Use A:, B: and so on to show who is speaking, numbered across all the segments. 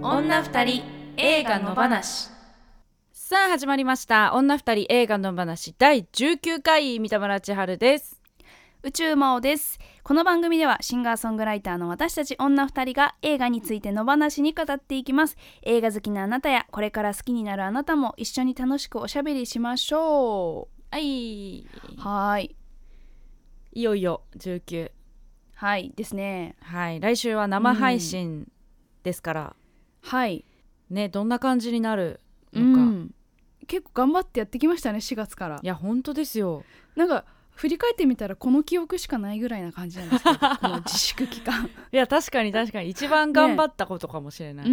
A: 女二人映画の話。
B: さあ始まりました女二人映画の話第19回三田村千春です。
A: 宇宙魔王です。この番組ではシンガーソングライターの私たち女二人が映画についての話に語っていきます。映画好きなあなたやこれから好きになるあなたも一緒に楽しくおしゃべりしましょう。
B: はい
A: はい
B: いよいよ19
A: はいですね。
B: はい来週は生配信ですから、
A: はい
B: ねどんな感じになるのか、
A: 結構頑張ってやってきましたね4月から。
B: いや本当ですよ。
A: なんか振り返ってみたらこの記憶しかないぐらいな感じなんですけどこの自粛期間
B: いや確かに一番頑張ったことかもしれない、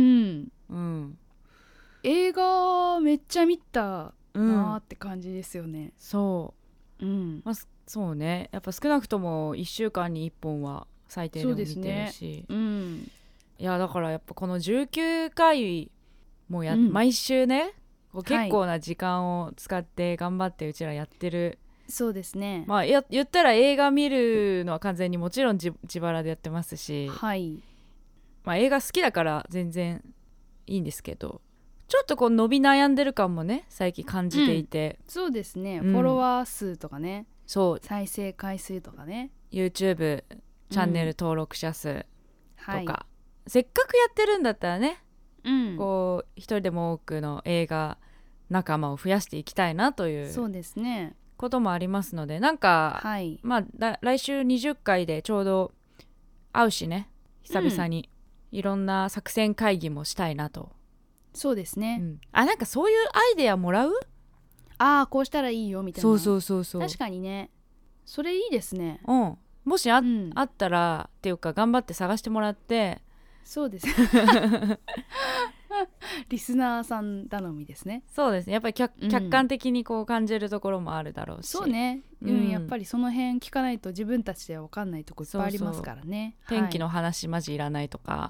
A: 映画めっちゃ見たなーって感じですよね。
B: そう、そうねやっぱ少なくとも1週間に1本は最低でも見てるし、いやだからやっぱこの19回も毎週ねこう結構な時間を使って頑張ってうちらやってる。
A: そうですね。
B: まあ言ったら映画見るのは完全にもちろん自腹でやってますし、まあ映画好きだから全然いいんですけど、ちょっとこう伸び悩んでる感もね最近感じていて、
A: そうですね、フォロワー数とかね、
B: そう
A: 再生回数とかね、
B: YouTube チャンネル登録者数とか、せっかくやってるんだったらね、こう一人でも多くの映画仲間を増やしていきたいなという
A: そうですね
B: こともありますので、なんか、まあ来週20回でちょうど会うしね、久々にいろんな作戦会議もしたいなと。
A: そうですね、
B: なんかそういうアイデアもらう？
A: こうしたらいいよみたいな。
B: そう
A: 確かにね、それいいですね。
B: もしあったらっていうか頑張って探してもらって。
A: そうですリスナーさん頼みですね。
B: そうですね、やっぱり客観的にこう感じるところもあるだろうし、
A: そうね、やっぱりその辺聞かないと自分たちでは分かんないとこいっぱいありますからね。
B: 天気の話マジいらないとか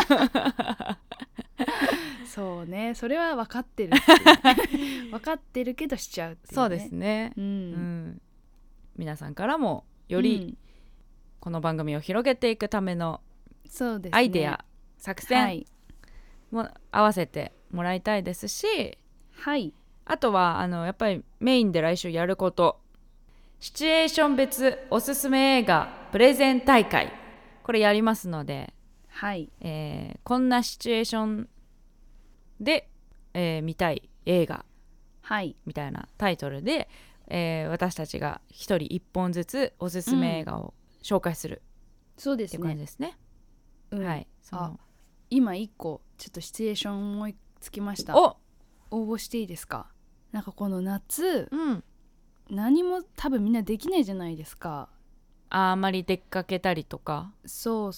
A: そうね、それは分かってる分かってるけどしちゃうっていうね。
B: そうですね、皆さんからもよりこの番組を広げていくためのアイデア、作戦も合わせてもらいたいですし、あとはやっぱりメインで来週やること、シチュエーション別おすすめ映画プレゼン大会、これやりますので、こんなシチュエーションで、見たい映画、みたいなタイトルで、私たちが一人一本ずつおすすめ映画を紹介する、っていう感じですね。
A: 今1個ちょっとシチュエーション思いつきました。応募していいですか？なんかこの夏、何も多分みんなできないじゃないですか。
B: あんまり出かけたりとか。
A: そう、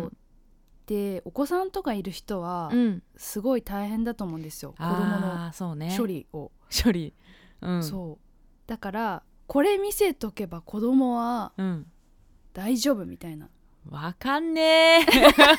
A: でお子さんとかいる人はすごい大変だと思うんですよ、子供の処理を。そうだからこれ見せとけば子供は大丈夫みたいな。
B: わかんねえ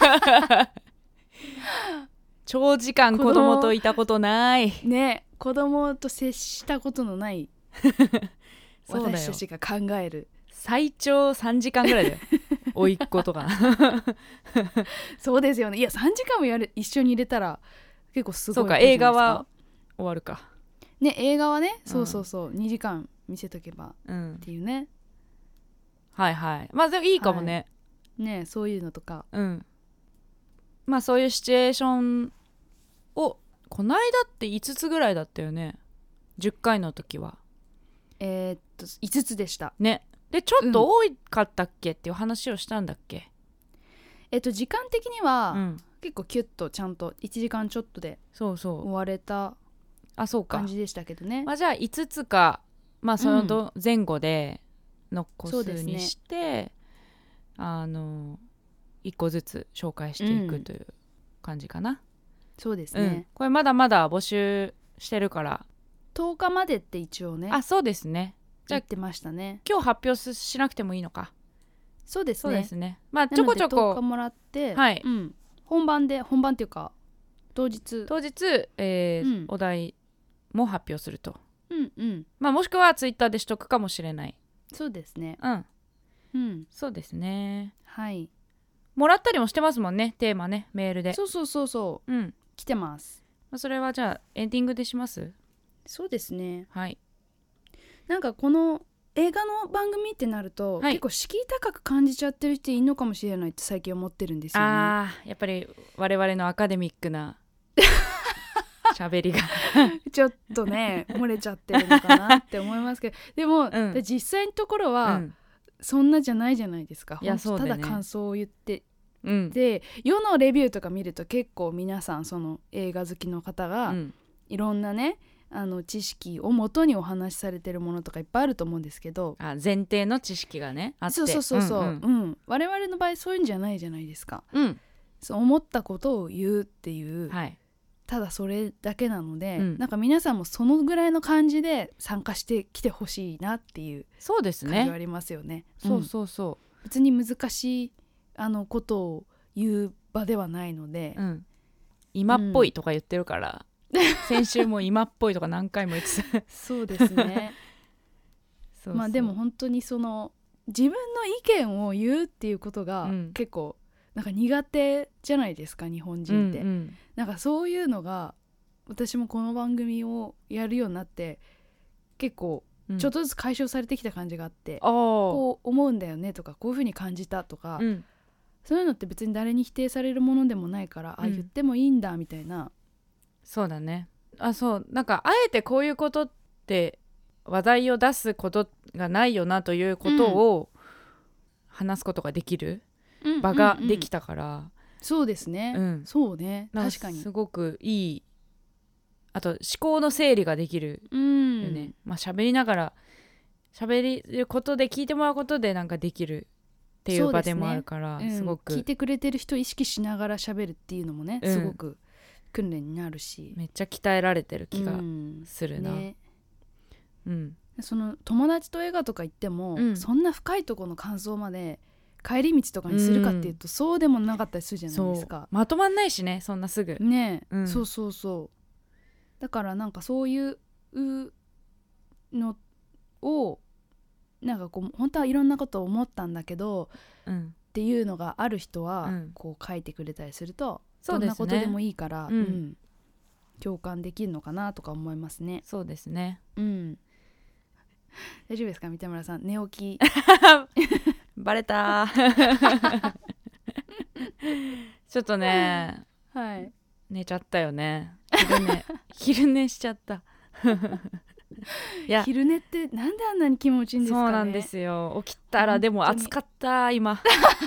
B: 長時間子供といたことない
A: ね、子供と接したことのない私たちが考える
B: 最長3時間ぐらいだよ甥っ子とか
A: そうですよね。いや3時間も一緒に入れたら結構すごい。
B: そうか、映画は終わるか
A: ね、映画はね、そう2時間見せとけばっていうね、
B: まあでもいいかもね、
A: ね、そういうのとか、
B: まあそういうシチュエーションをこないだって5つぐらいだったよね、10回の時は。
A: 5つでした
B: ね。でちょっと多かったっけっていう話をしたんだっけ。
A: 時間的には、結構キュッとちゃんと1時間ちょっとで終われた感じでしたけどね。
B: じゃあ5つか、まあその前後での個数にして、1個ずつ紹介していくという感じかな。
A: そうですね、
B: これまだまだ募集してるから
A: 10日までって一応ね。
B: そうですね。
A: じゃあ言ってましたね。
B: 今日発表しなくてもいいのか。
A: そうですね。
B: まあちょこちょこ
A: 10日もらって、本番っていうか当日、
B: お題も発表すると。まあもしくはツイッターでしとくかもしれない。
A: そうですね。
B: そうですね。
A: はい。
B: もらったりもしてますもんね、テーマね、メールで。
A: そう、 来てます。
B: それはじゃあエンディングでします？
A: そうですね。
B: はい。
A: なんかこの映画の番組ってなると、結構敷居高く感じちゃってる人いるのかもしれないって最近思ってるんですよね。
B: やっぱり我々のアカデミックな喋りが
A: ちょっとね漏れちゃってるのかなって思いますけどでも、実際のところは、そんなじゃないじゃないですか。
B: いやそうだね、
A: ただ感想を言って、で世のレビューとか見ると結構皆さんその映画好きの方が、いろんなね知識をもとにお話しされてるものとかいっぱいあると思うんですけど、
B: 前提の知識がねあって、
A: そう、我々の場合そういうんじゃないじゃないですか、そう思ったことを言うっていう、ただそれだけなので、なんか皆さんもそのぐらいの感じで参加してきてほしいなっていう感じはありますよね。
B: そう
A: 別に難しいことを言う場ではないので、
B: 今っぽいとか言ってるから、先週も今っぽいとか何回も言ってた
A: そうですねまあでも本当にその自分の意見を言うっていうことが結構なんか苦手じゃないですか日本人って、なんかそういうのが私もこの番組をやるようになって結構ちょっとずつ解消されてきた感じがあって、こう思うんだよねとかこういう風に感じたとか、そういうのって別に誰に否定されるものでもないから、言ってもいいんだみたいな。
B: そうだね。そうなんかあえてこういうことって話題を出すことがないよなということを話すことができる場ができたから、
A: そうですね、そうね、確かに
B: すごくいい。あと思考の整理ができるよね。喋りながら喋ることで聞いてもらうことでなんかできるっていう場でもあるから、すごく
A: 聞いてくれてる人を意識しながら喋るっていうのもね、すごく訓練になるし、
B: めっちゃ鍛えられてる気がするな、
A: その友達と映画とか行っても、そんな深いところの感想まで帰り道とかにするかっていうと、そうでもなかったりするじゃないですか。
B: まとまんないしね、そんなすぐ
A: ね、そうだからなんかそういうのをなんかこう本当はいろんなことを思ったんだけど、っていうのがある人はこう書いてくれたりすると、どんなことでもいいから、共感できるのかなとか思いますね。
B: そうですね。
A: 大丈夫ですか三田村さん、寝起き
B: バレたちょっとね、寝ちゃったよね。昼寝しちゃった
A: いや昼寝ってなんであんなに気持ちいいんですかね。
B: そうなんですよ。起きたらでも暑かった今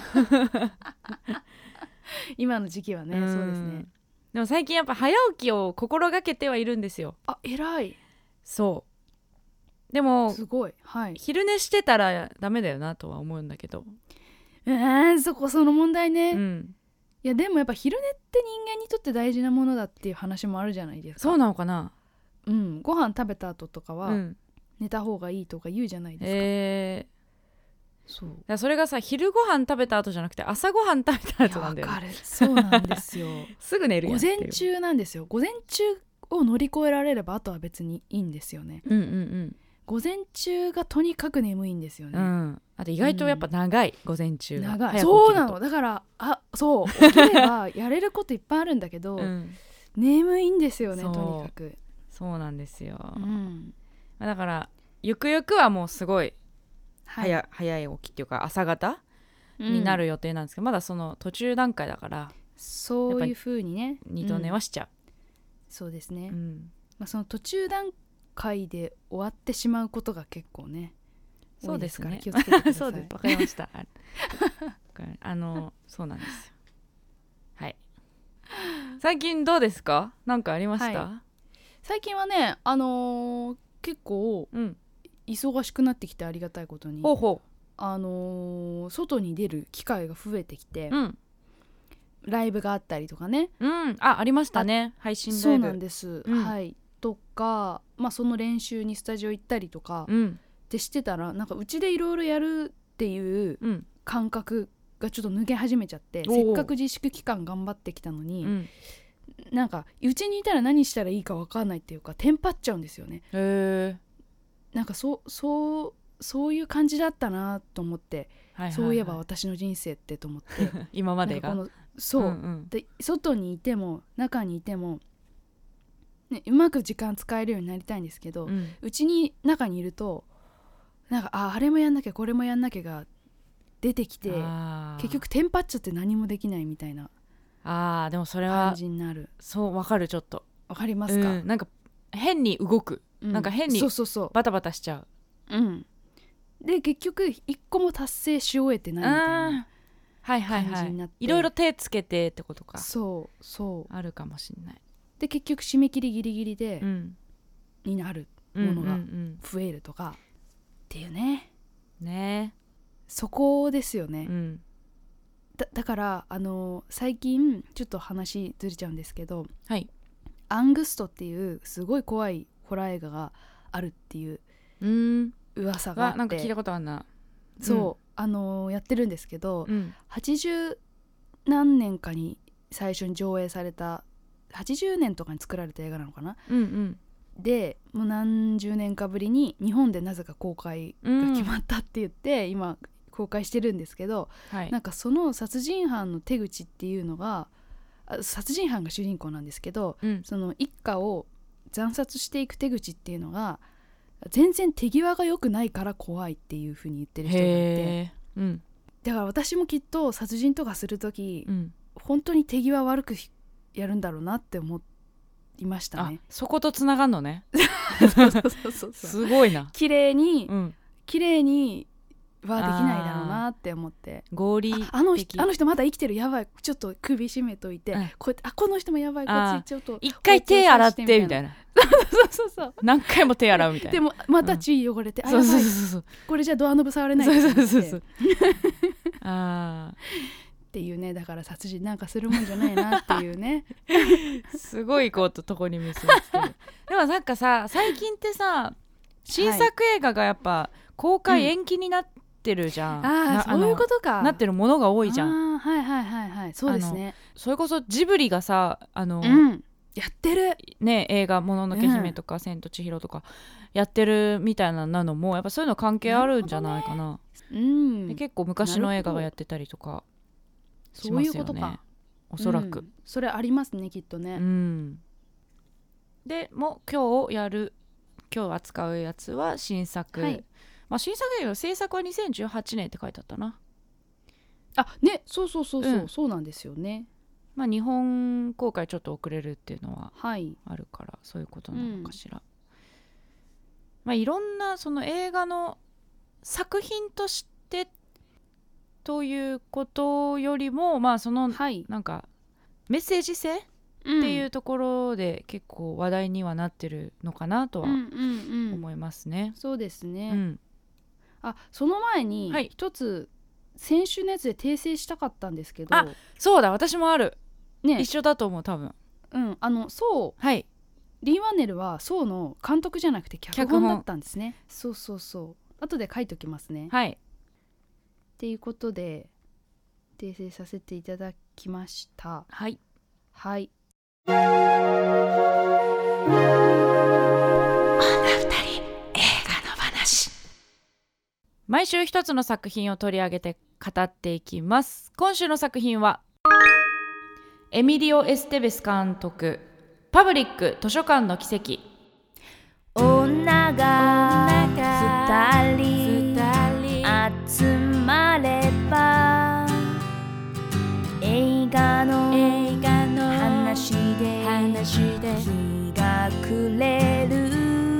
A: 今の時期はね、そうですね。
B: でも最近やっぱ早起きを心がけてはいるんですよ。
A: 偉い。
B: そうでも
A: すごい、
B: 昼寝してたらダメだよなとは思うんだけど、
A: その問題ね、いやでもやっぱ昼寝って人間にとって大事なものだっていう話もあるじゃないですか。
B: そうなのかな。
A: ご飯食べた後とかは、寝た方がいいとか言うじゃないですか。
B: それがさ、昼ご飯食べた後じゃなくて朝ご飯食べた後なんだよね。
A: わかる。そうなんですよ
B: すぐ寝るやん。
A: 午前中なんですよ。午前中を乗り越えられればあとは別にいいんですよね。午前中がとにかく眠いんですよね。
B: あと意外とやっぱ長い、午前中が
A: 長い。そうなの。だから起きればやれることいっぱいあるんだけど、眠いんですよね、とにかく。
B: そうなんですよ、だからゆくゆくはもうすごい早い起きっていうか朝方になる予定なんですけど、まだその途中段階だから
A: そういう風にね
B: 二度寝はしちゃう、
A: そうですね、その途中段階で終わってしまうことが結構ね、
B: そうですね、
A: 気をつけてください。
B: そうです、わかりましたそうなんですよ。はい。最近どうですか？なんかありました？
A: 最近はね、結構、忙しくなってきて、ありがたいことに外に出る機会が増えてきて、ライブがあったりとかね、
B: ありましたね、配信ライブ。
A: そうなんです、とか、その練習にスタジオ行ったりとかってしてたら、なんかうちでいろいろやるっていう感覚がちょっと抜け始めちゃって、せっかく自粛期間頑張ってきたのに、なんかうちにいたら何したらいいか分かんないっていうか、テンパっちゃうんですよね。なんかそういう感じだったなと思って、そういえば私の人生ってと思って
B: 今までが
A: そう、うんうん、で外にいても中にいても、ね、うまく時間使えるようになりたいんですけど、うちに中にいるとなんかあれもやんなきゃこれもやんなきゃが出てきて、結局テンパっちゃって何もできないみたいな
B: でもそれは
A: 感じになる。
B: そうわかる。ちょっと
A: わかりますか、
B: なんか変に動く、なんか変にバタバタしちゃう。
A: で結局一個も達成し終えてないみたいな感じになって、
B: いろいろ手つけてってことか。
A: そう
B: あるかもしれない。
A: で結局締め切りギリギリで、になるものが増えるとかっていうねそこですよね、だから最近ちょっと話ずれちゃうんですけど、アングストっていうすごい怖いホラー映画があるっていう噂があって、
B: なんか聞いたことあるな。
A: そう、やってるんですけど、80何年かに最初に上映された、80年とかに作られた映画なのかな、でもう何十年かぶりに日本でなぜか公開が決まったって言って、今公開してるんですけど、なんかその殺人犯の手口っていうのが、殺人犯が主人公なんですけど、その一家を惨殺していく手口っていうのが全然手際が良くないから怖いっていう風に言ってる人がいて、だから私もきっと殺人とかするとき、本当に手際悪くやるんだろうなって思いましたね。
B: そことつながんのね。
A: そう
B: すごいな。
A: 綺麗にはできないだろうなって思って、
B: 合理的。
A: あの人まだ生きてる、やばい、ちょっと首絞めといて、この人もやばい、こっちちょっと
B: 一回手洗ってみたいな。
A: そう
B: 何回も手洗うみたいな。
A: でもまた血汚れて、そうこれじゃドアノブ触れない
B: そう
A: っていうね。だから殺人なんかするもんじゃないなっていうね
B: すごいことこに結びつける。でもなんかさ、最近ってさ、新作映画がやっぱ公開延期になってるじゃん、
A: そういうことか。
B: なってるものが多いじゃん。
A: そうですね。
B: それこそジブリがさ、
A: やってる
B: ね、映画「もののけ姫」とか「千と千尋」とかやってるみたいなのも、やっぱそういうの関係あるんじゃないかな。で結構昔の映画がやってたりとかしますよね。そういうことか、おそらく、
A: それありますね、きっとね。
B: でも今日扱うやつは新作、新作映画制作は2018年って書いてあったな。
A: ね、そうなんですよね。
B: 日本公開ちょっと遅れるっていうのはあるから、そういうことなのかしら。いろんなその映画の作品としてということよりも、そのなんかメッセージ性っていうところで結構話題にはなってるのかなとは思いますね。
A: そうですね。その前に一つ先週のやつで訂正したかったんですけど。
B: そうだ、私もある。一緒だと思う、多分。
A: そう、リー・ワネルはソーの監督じゃなくて脚本だったんですね。そう後で書いときますね。っていうことで訂正させていただきました。
B: 毎週一つの作品を取り上げて語っていきます。今週の作品はエミリオ・エステベス監督、パブリック図書館の奇跡。
C: 女が二人集まれば映画の話で日が暮れる。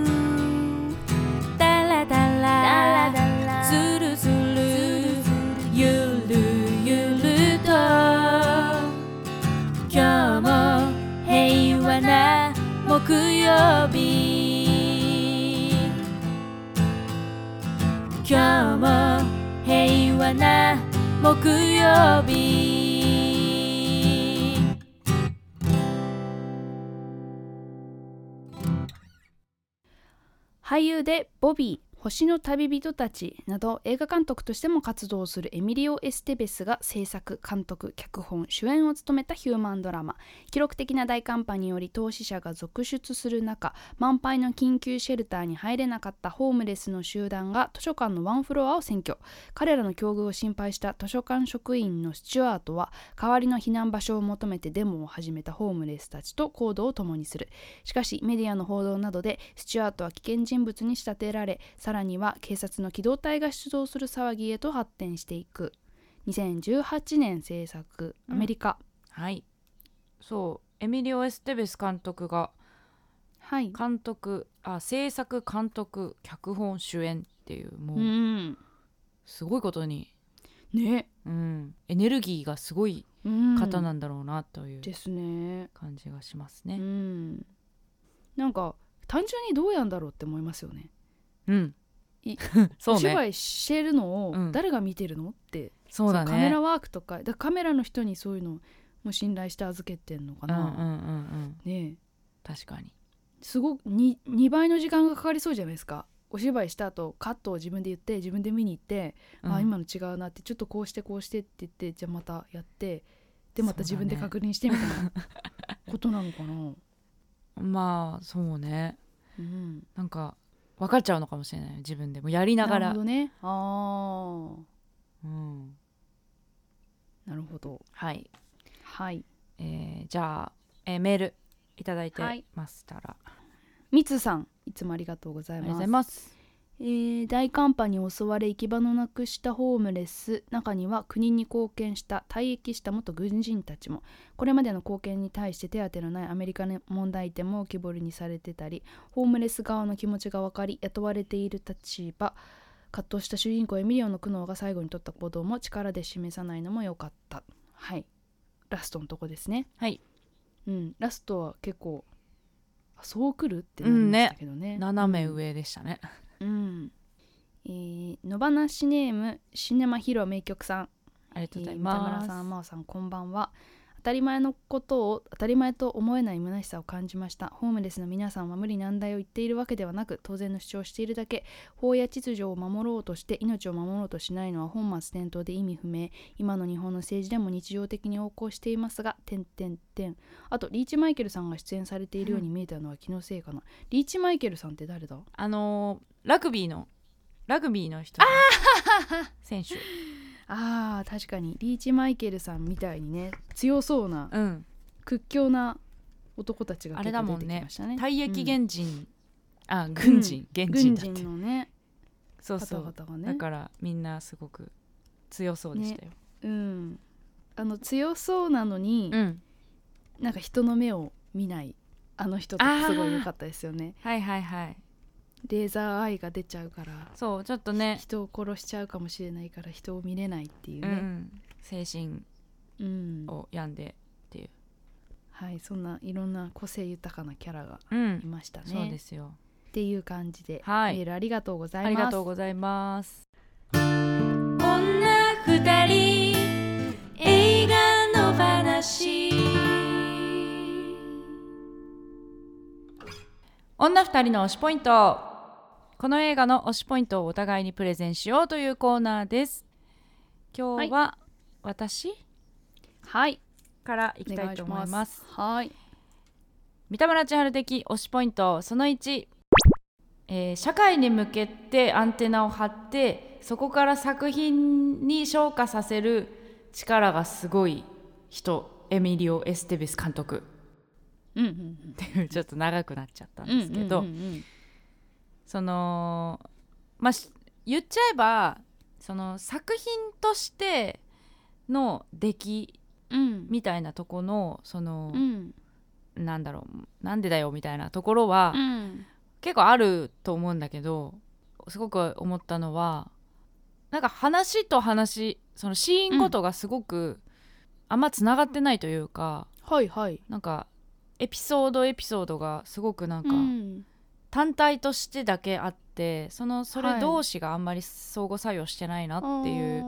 C: ダラダラズルズルゆるゆると、今日も平和な木曜日、今日も平和な木曜日。
A: 俳優でボビー星の旅人たちなど映画監督としても活動するエミリオ・エステベスが制作、監督、脚本、主演を務めたヒューマンドラマ。記録的な大寒波により投資者が続出する中、満杯の緊急シェルターに入れなかったホームレスの集団が図書館のワンフロアを占拠。彼らの境遇を心配した図書館職員のスチュアートは代わりの避難場所を求めてデモを始めたホームレスたちと行動を共にする。しかしメディアの報道などでスチュアートは危険人物に仕立てられ、さらには警察の機動隊が出動する騒ぎへと発展していく。2018年制作、アメリカ、
B: はい。そうエミリオ・エステベス監督が、
A: はい、
B: 制作、監督、脚本、主演っていう、もう、すごいことに
A: ね、
B: エネルギーがすごい方なんだろうなという
A: ですね、
B: 感じがしますね。
A: なんか単純にどうやんだろうって思いますよね。
B: そうね、
A: お芝居してるのを誰が見てるのって、
B: そうだね、
A: カメラワークとかカメラの人にそういうのも信頼して預けてんのかな、ねえ、
B: 確かに
A: すごく 2倍の時間がかかりそうじゃないですか。お芝居した後カットを自分で言って自分で見に行って、今の違うなって、ちょっとこうしてこうしてって言って、じゃあまたやってでまた自分で確認してみたいなことなのかな。
B: まあそうね、なんか分かっちゃうのかもしれない、自分でもやりながら。
A: なるほどね。なるほど。
B: はい
A: はい、
B: じゃあ、メールいただいてましたら、
A: みつさん、いつもありがとうございます。
B: ありがとうございます。
A: 大寒波に襲われ行き場のなくしたホームレス、中には国に貢献した退役した元軍人たちも。これまでの貢献に対して手当てのないアメリカの問題点も浮き彫りにされてたり、ホームレス側の気持ちが分かり雇われている立場、葛藤した主人公エミリオの苦悩が最後に取った行動も力で示さないのも良かった。はい、ラストのとこですね。
B: はい、
A: ラストは結構そう来るってなりましたけどね、
B: 斜め上でしたね。
A: 野放しネームシネマヒロ名曲さん、
B: ありがとうございます。
A: 三田村さん、真央さん、こんばんは。当たり前のことを当たり前と思えない虚しさを感じました。ホームレスの皆さんは無理難題を言っているわけではなく、当然の主張をしているだけ。法や秩序を守ろうとして命を守ろうとしないのは本末転倒で意味不明。今の日本の政治でも日常的に横行していますが、あとリーチマイケルさんが出演されているように見えたのは気のせいかな。リーチマイケルさんって誰だ？
B: ラグビーの人、選手。
A: 確かにリーチマイケルさんみたいにね、強そうな、屈強な男たちが結構出てきましたね。
B: 退役軍人
A: のね、
B: そうそう、方々がね、だからみんなすごく強そうでしたよ。
A: 強そうなのに、なんか人の目を見ないあの人とかすごい良かったですよね。
B: はいはいはい。
A: レーザーアイが出ちゃうから、
B: そうちょっとね、
A: 人を殺しちゃうかもしれないから人を見れないっていうね、
B: 精神を病んでっていう、
A: はい、そんないろんな個性豊かなキャラがいましたね。
B: そうですよ
A: っていう感じで、
B: はい、
A: メールありがとうございます。
B: ありがとうございます。
C: 女二人映画の話、
B: 女二人の推しポイント。この映画の推しポイントをお互いにプレゼンしようというコーナーです。今日は私、からいきたいと思います。
A: はい、
B: 三田村千春的推しポイントその1、社会に向けてアンテナを張ってそこから作品に昇華させる力がすごい人、エミリオ・エステベス監督っていうちょっと長くなっちゃったんですけど、その言っちゃえばその作品としての出来みたいなとこのその、なんだろう、なんでだよみたいなところは、結構あると思うんだけど、すごく思ったのはなんか話と話、そのシーンごとがすごくあんまつながってないというか、なんかエピソードがすごくなんか、単体としてだけあって、それ同士があんまり相互作用してないなっていう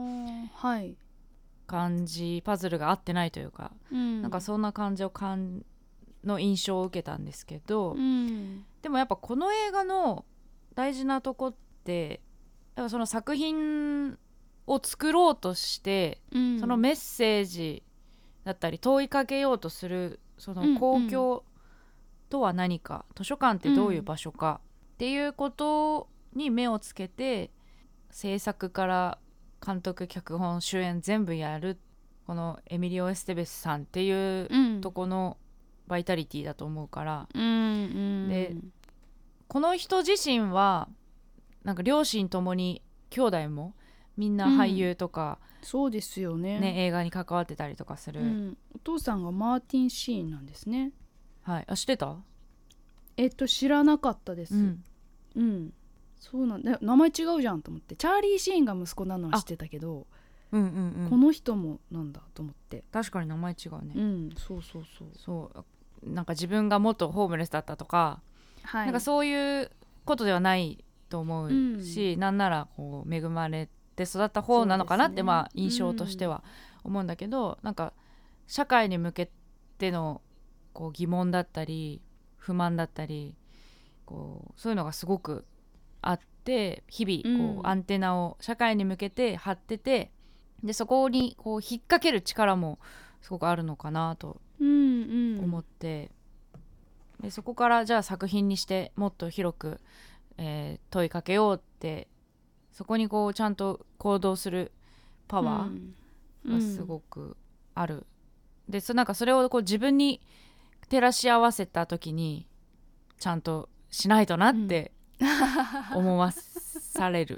B: 感じ、パズルが合ってないというか、なんかそんな感じの印象を受けたんですけど、でもやっぱこの映画の大事なとこって、だからその作品を作ろうとして、そのメッセージだったり問いかけようとするその公共とは何か、図書館ってどういう場所かっていうことに目をつけて、制作から監督、脚本、主演全部やるこのエミリオ・エステベスさんっていうとこのバイタリティだと思うから、でこの人自身はなんか両親ともに兄弟もみんな俳優とか、
A: そうですよね、
B: 映画に関わってたりとかする、
A: お父さんがマーティン・シーンなんですね。
B: はい、知ってた？
A: 知らなかったです。そうなんだ、名前違うじゃんと思って。チャーリー・シーンが息子なのは知ってたけど、この人もなんだと思って。
B: 確かに名前違うね。そうなんか自分が元ホームレスだったとか、なんかそういうことではないと思うし、なんならこう恵まれて育った方なのかなって、まあ印象としては思うんだけど、なんか社会に向けてのこう疑問だったり不満だったり、こうそういうのがすごくあって、日々こうアンテナを社会に向けて張ってて、でそこにこう引っ掛ける力もすごくあるのかなと思って、でそこからじゃあ作品にしてもっと広く、問いかけようって、そこにこうちゃんと行動するパワーがすごくある。でなんかそれをこう自分に照らし合わせた時にちゃんとしないとなって思わされる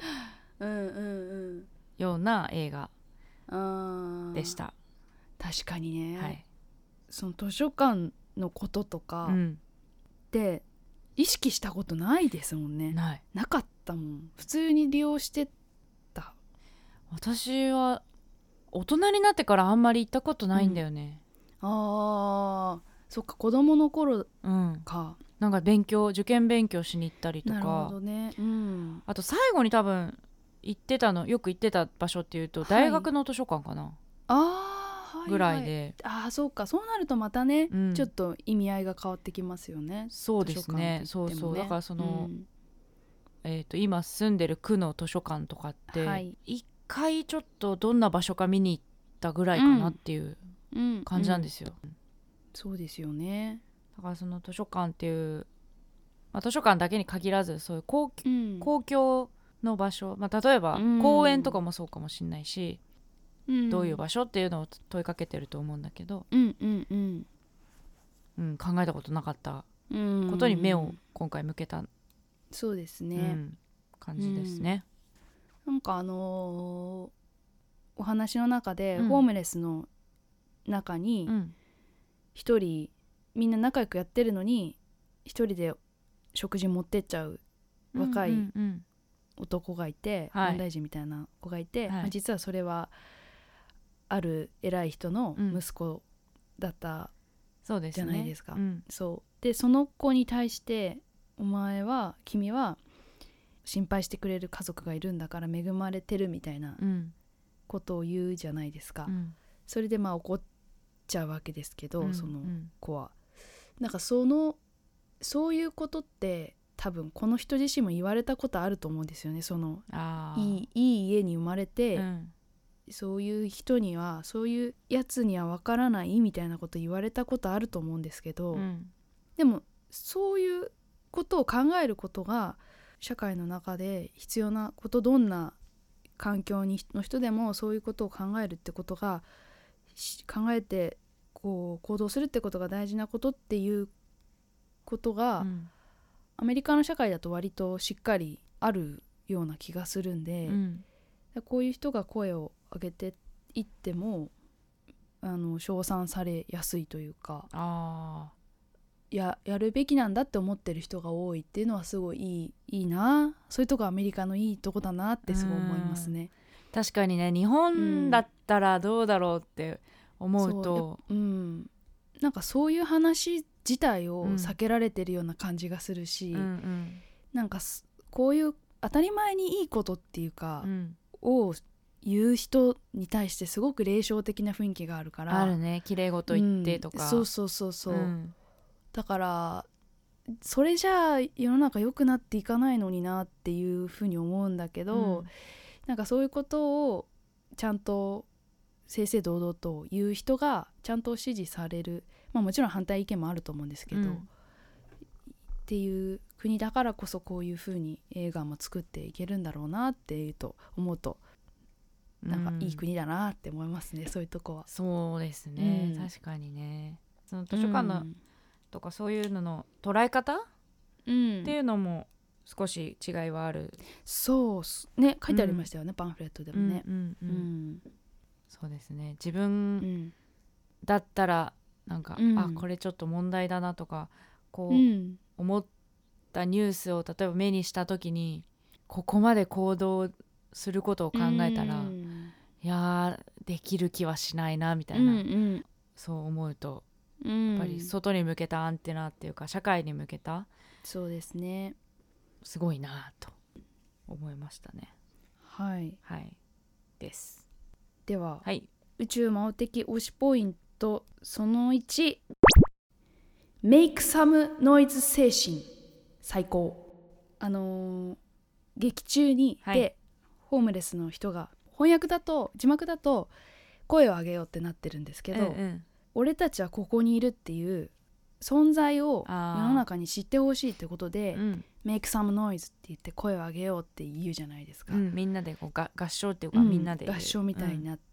B: ような映画でした。
A: 確かにね、はい、その図書館のこととかって意識したことないですもんね。なかったもん。普通に利用してた。
B: 私は大人になってからあんまり行ったことないんだよね。
A: ああ、そっか、子供の頃か、
B: なんか受験勉強しに行ったりとか。
A: なるほどね、
B: あと最後に多分よく行ってた場所っていうと、大学の図書館かな、ぐらいで、
A: そうか、そうなるとまたね、ちょっと意味合いが変わってきますよね。
B: そうですね、そうだからその、今住んでる区の図書館とかって一回ちょっとどんな場所か見に行ったぐらいかなっていう感じなんですよ。
A: そうですよね。
B: だからその図書館っていう、図書館だけに限らず、そういう公共の場所、例えば公園とかもそうかもしれないし、どういう場所っていうのを問いかけてると思うんだけど、考えたことなかったことに目を今回向けた、
A: そうですね、
B: 感じですね。
A: なんかお話の中で、ホームレスの中に一人、みんな仲良くやってるのに一人で食事持ってっちゃう若い男がいて、問題児みたいな子がいて、実はそれはある偉い人の息子だったじゃないですか。そうで、その子に対して、君は心配してくれる家族がいるんだから恵まれてるみたいなことを言うじゃないですか。それで怒っちゃうわけですけど、その子はなんかそういうことって多分この人自身も言われたことあると思うんですよね。そのいい家に生まれて、そういう人には、そういうやつには分からないみたいなこと言われたことあると思うんですけど、でもそういうことを考えることが社会の中で必要なこと、どんな環境の人でもそういうことを考えるってことが、考えてこう行動するってことが大事なことっていうことが、アメリカの社会だと割としっかりあるような気がするんで、こういう人が声を上げていっても称賛されやすいというか、やるべきなんだって思ってる人が多いっていうのはすごいいいな、そういうとこアメリカのいいとこだなってすごい思いますね。
B: 確かにね、日本だったらどうだろうって思うと、
A: なんかそういう話自体を避けられてるような感じがするし、なんかこういう当たり前にいいことっていうか、を言う人に対してすごく冷笑的な雰囲気があるから。
B: あるね、綺麗事言ってとか、
A: そう、だからそれじゃあ世の中良くなっていかないのになっていうふうに思うんだけど、なんかそういうことをちゃんと正々堂々と言う人がちゃんと支持される、もちろん反対意見もあると思うんですけど、っていう国だからこそこういうふうに映画も作っていけるんだろうなっていうと思うと、なんかいい国だなって思いますね、そういうとこは。
B: そうですね、確かにね。その図書館の、とかそういうのの捉え方、っていうのも少し違いはある。
A: そうね、書いてありましたよね、パンフレットでもね。
B: そうですね。自分だったらなんか、これちょっと問題だなとかこう、思ったニュースを例えば目にした時にここまで行動することを考えたら、いやできる気はしないなみたいな、そう思うとやっぱり外に向けたアンテナっていうか社会に向けた、
A: そうですね、
B: すごいなと思いましたね。はいです。
A: では、宇宙魔王的推しポイントその1、メイクサムノイズ精神最高。劇中にで、ホームレスの人が翻訳だと字幕だと声を上げようってなってるんですけど、俺たちはここにいるっていう存在を世の中に知ってほしいってことで、メイクサムノイズって言って声を上げようって言うじゃないですか。
B: みんなでこう合唱っていうか、みんなで
A: 合唱みたいになって、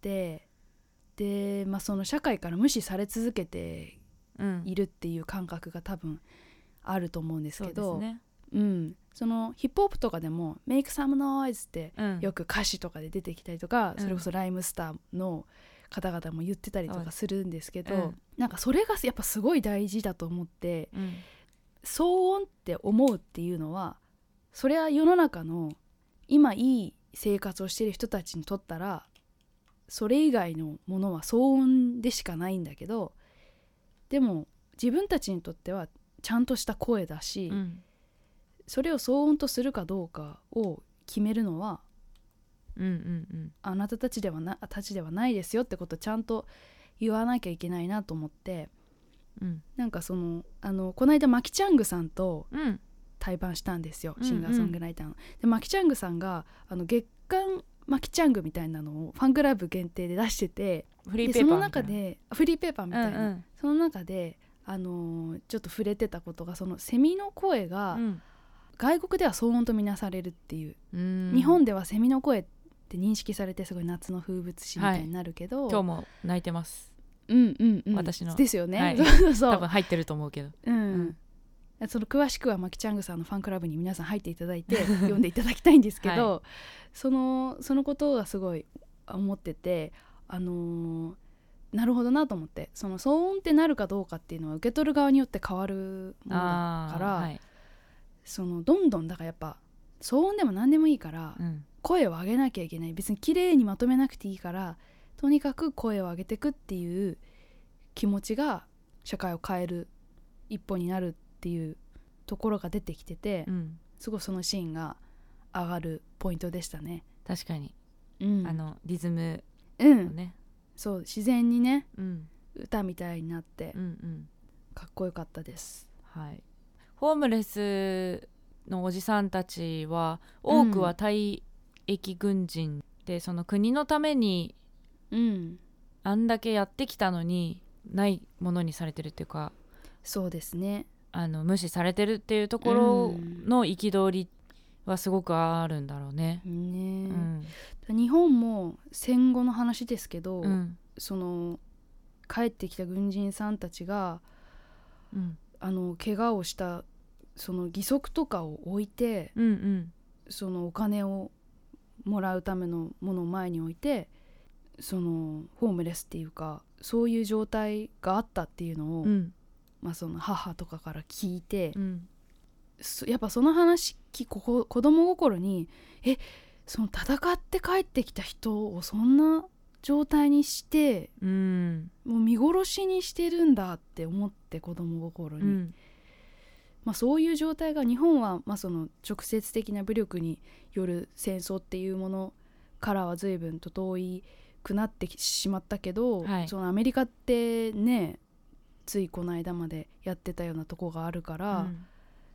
A: で、その社会から無視され続けているっていう感覚が多分あると思うんですけど、そうですね、そのヒップホップとかでもメイクサムノイズってよく歌詞とかで出てきたりとか、それこそライムスターの方々も言ってたりとかするんですけど、なんかそれがやっぱすごい大事だと思って、騒音って思うっていうのはそれは世の中の今いい生活をしている人たちにとったらそれ以外のものは騒音でしかないんだけど、でも自分たちにとってはちゃんとした声だし、それを騒音とするかどうかを決めるのは、あなたたちではないですよってことをちゃんと言わなきゃいけないなと思って、なんかこの間マキチャングさんと対バンしたんですよ、シンガーソングライターの。でマキチャングさんが月刊マキチャングみたいなのをファンクラブ限定で出してて、
B: フリーペーパーみたいな、その
A: 中でフリーペーパーみたいな、その中でちょっと触れてたことが、そのセミの声が、外国では騒音とみなされるっていう、日本ではセミの声って認識されてすごい夏の風物詩みたいになるけど、
B: 今日も泣いてます。私の
A: ですよね、
B: 多分入ってると思うけど、
A: その詳しくはマキチャングさんのファンクラブに皆さん入っていただいて読んでいただきたいんですけど、そのことがすごい思ってて、なるほどなと思って、その騒音ってなるかどうかっていうのは受け取る側によって変わるものだから、どんどんだからやっぱ騒音でも何でもいいから、声を上げなきゃいけない、別に綺麗にまとめなくていいからとにかく声を上げてくっていう気持ちが社会を変える一歩になるっていうところが出てきてて、すごいそのシーンが上がるポイントでしたね。
B: 確かに、リズムね、
A: そう自然にね、歌みたいになって、かっこよかったです。
B: ホームレスのおじさんたちは多くは退役軍人で、その国のためにあんだけやってきたのにないものにされてるっていうか、
A: そうですね、
B: 無視されてるっていうところの憤りはすごくあるんだろうね。
A: 日本も戦後の話ですけど、その帰ってきた軍人さんたちが、怪我をしたその義足とかを置いて、そのお金をもらうためのものを前に置いて、そのホームレスっていうかそういう状態があったっていうのを、その母とかから聞いて、やっぱその話子供心にその戦って帰ってきた人をそんな状態にして、もう見殺しにしてるんだって思って、子供心に、そういう状態が日本は、その直接的な武力による戦争っていうものからは随分と遠いくなってしまったけど、そのアメリカってね、ついこの間までやってたようなとこがあるから、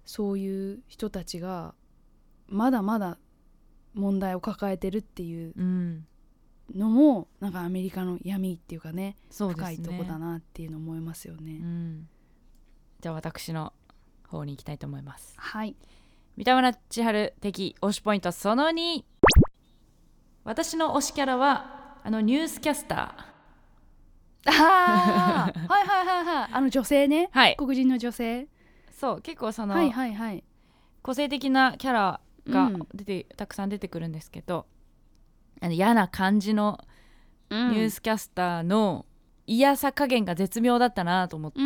A: そういう人たちがまだまだ問題を抱えてるっていうのも、なんかアメリカの闇っていうかね、深いとこだなっていうのを思いますよね。
B: じゃあ私の方に行きたいと思います。
A: はい。
B: 三田村千春的推しポイントその2。私の推しキャラはニュースキャスタ
A: ー。はいはいはいはい。女性ね、
B: はい、
A: 黒人の女性。
B: そう、結構その、
A: はいはいはい、
B: 個性的なキャラがたくさん出てくるんですけど、嫌な感じのニュースキャスターの嫌さ加減が絶妙だったなと思って、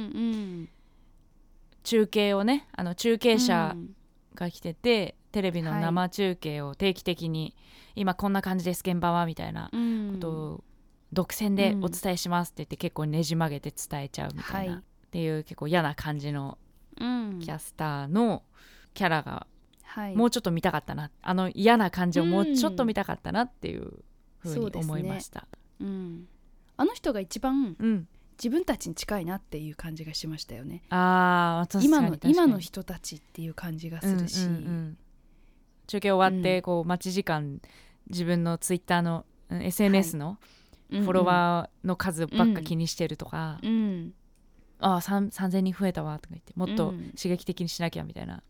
B: 中継をね、中継車が来てて、テレビの生中継を定期的に、今こんな感じです現場はみたいなことを独占でお伝えしますって言って、結構ねじ曲げて伝えちゃうみたいな、っていう結構嫌な感じのキャスターのキャラがもうちょっと見たかったな、嫌な感じをもうちょっと見たかったなっていうふうに思いました。
A: あの人が一番、自分たちに近いなっていう感じがしましたよね。今の人たちっていう感じがするし、
B: 中継終わってこう待ち時間、自分のツイッターの SNS のフォロワーの数ばっか気にしてるとか、3000人増えたわとか言って、もっと刺激的にしなきゃみたいな、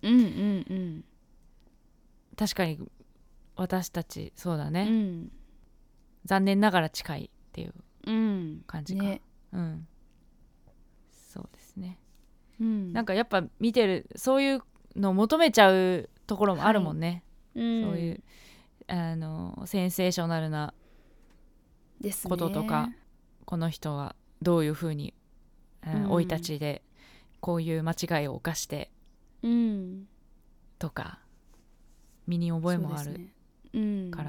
B: 確かに私たちそうだね、残念ながら近いっていう感じか、そうですね、なんかやっぱ見てる、そういうのを求めちゃうところもあるもんね、そういうセンセーショナルなこととか、この人はどういうふうに生い立ちでこういう間違いを犯して、とか身に覚えもあるから、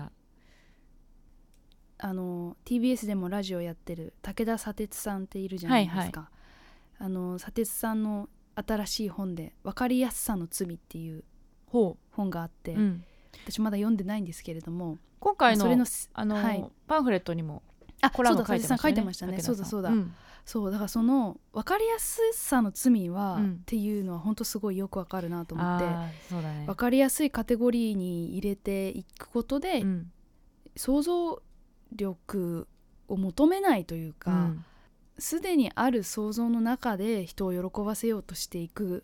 A: TBS でもラジオやってる武田砂鉄さんっているじゃないですか、砂鉄さんの新しい本で分かりやすさの罪っていう本があって、私まだ読んでないんですけれども、
B: 今回のそれのパンフレットにもコラム書いてましたね。
A: そうだそうだ、そうだからその分かりやすさの罪は、っていうのは本当すごいよくわかるなと思って、分かりやすいカテゴリーに入れていくことで、想像力を求めないというか、すでにある想像の中で人を喜ばせようとしていく、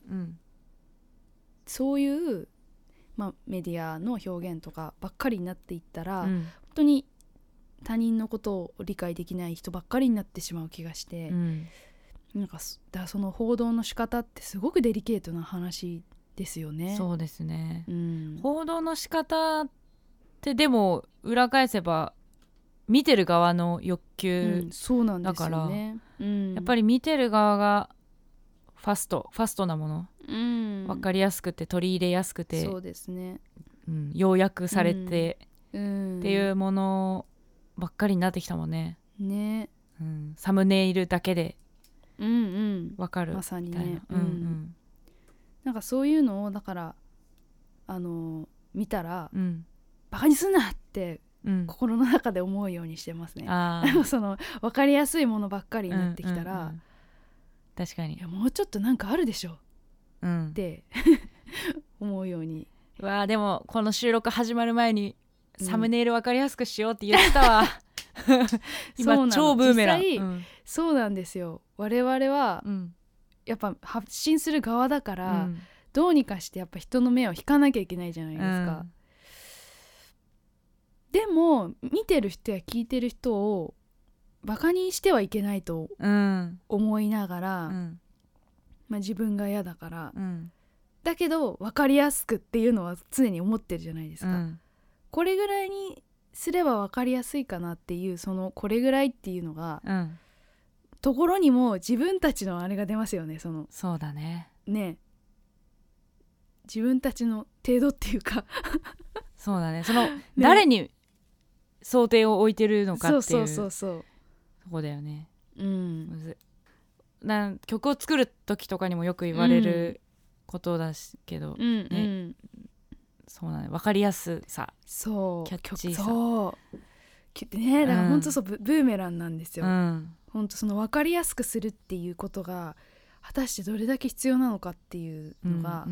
A: そういう、メディアの表現とかばっかりになっていったら、本当に他人のことを理解できない人ばっかりになってしまう気がして、なんかその報道の仕方ってすごくデリケートな話ですよね。
B: そうですね、報道の仕方ってでも裏返せば見てる側の欲求だから、やっぱり見てる側がファストなもの、分かりやすくて取り入れやすくて、
A: そうですね、
B: 要約されて、っていうものばっかりになってきたもんね。サムネイルだけで分かるみたいな、
A: まさにね、なんかそういうのをだから見たら、バカにすんなって、心の中で思うようにしてますね。その分かりやすいものばっかりになってきたら、
B: 確かに、
A: いやもうちょっとなんかあるでしょ、って思うように。
B: わあ、でもこの収録始まる前にサムネイル分かりやすくしようって言ってたわ、今超ブーメラン。
A: そうなんですよ。我々は、やっぱ発信する側だから、どうにかしてやっぱ人の目を引かなきゃいけないじゃないですか、でも見てる人や聞いてる人をバカにしてはいけないと思いながら、自分が嫌だから、だけど分かりやすくっていうのは常に思ってるじゃないですか、これぐらいにすれば分かりやすいかなっていう、そのこれぐらいっていうのが、ところにも自分たちのあれが出ますよね。
B: そうだね、
A: 自分たちの程度っていうか
B: そうだね、誰に想定を置いてるのかっていう、そこだよね。曲を作る時とかにもよく言われることだしけど、そうだね、分かりやすさ、キャッチーさ、
A: だから本当ブーメランなんですよ、本当その分かりやすくするっていうことが果たしてどれだけ必要なのかっていうのが、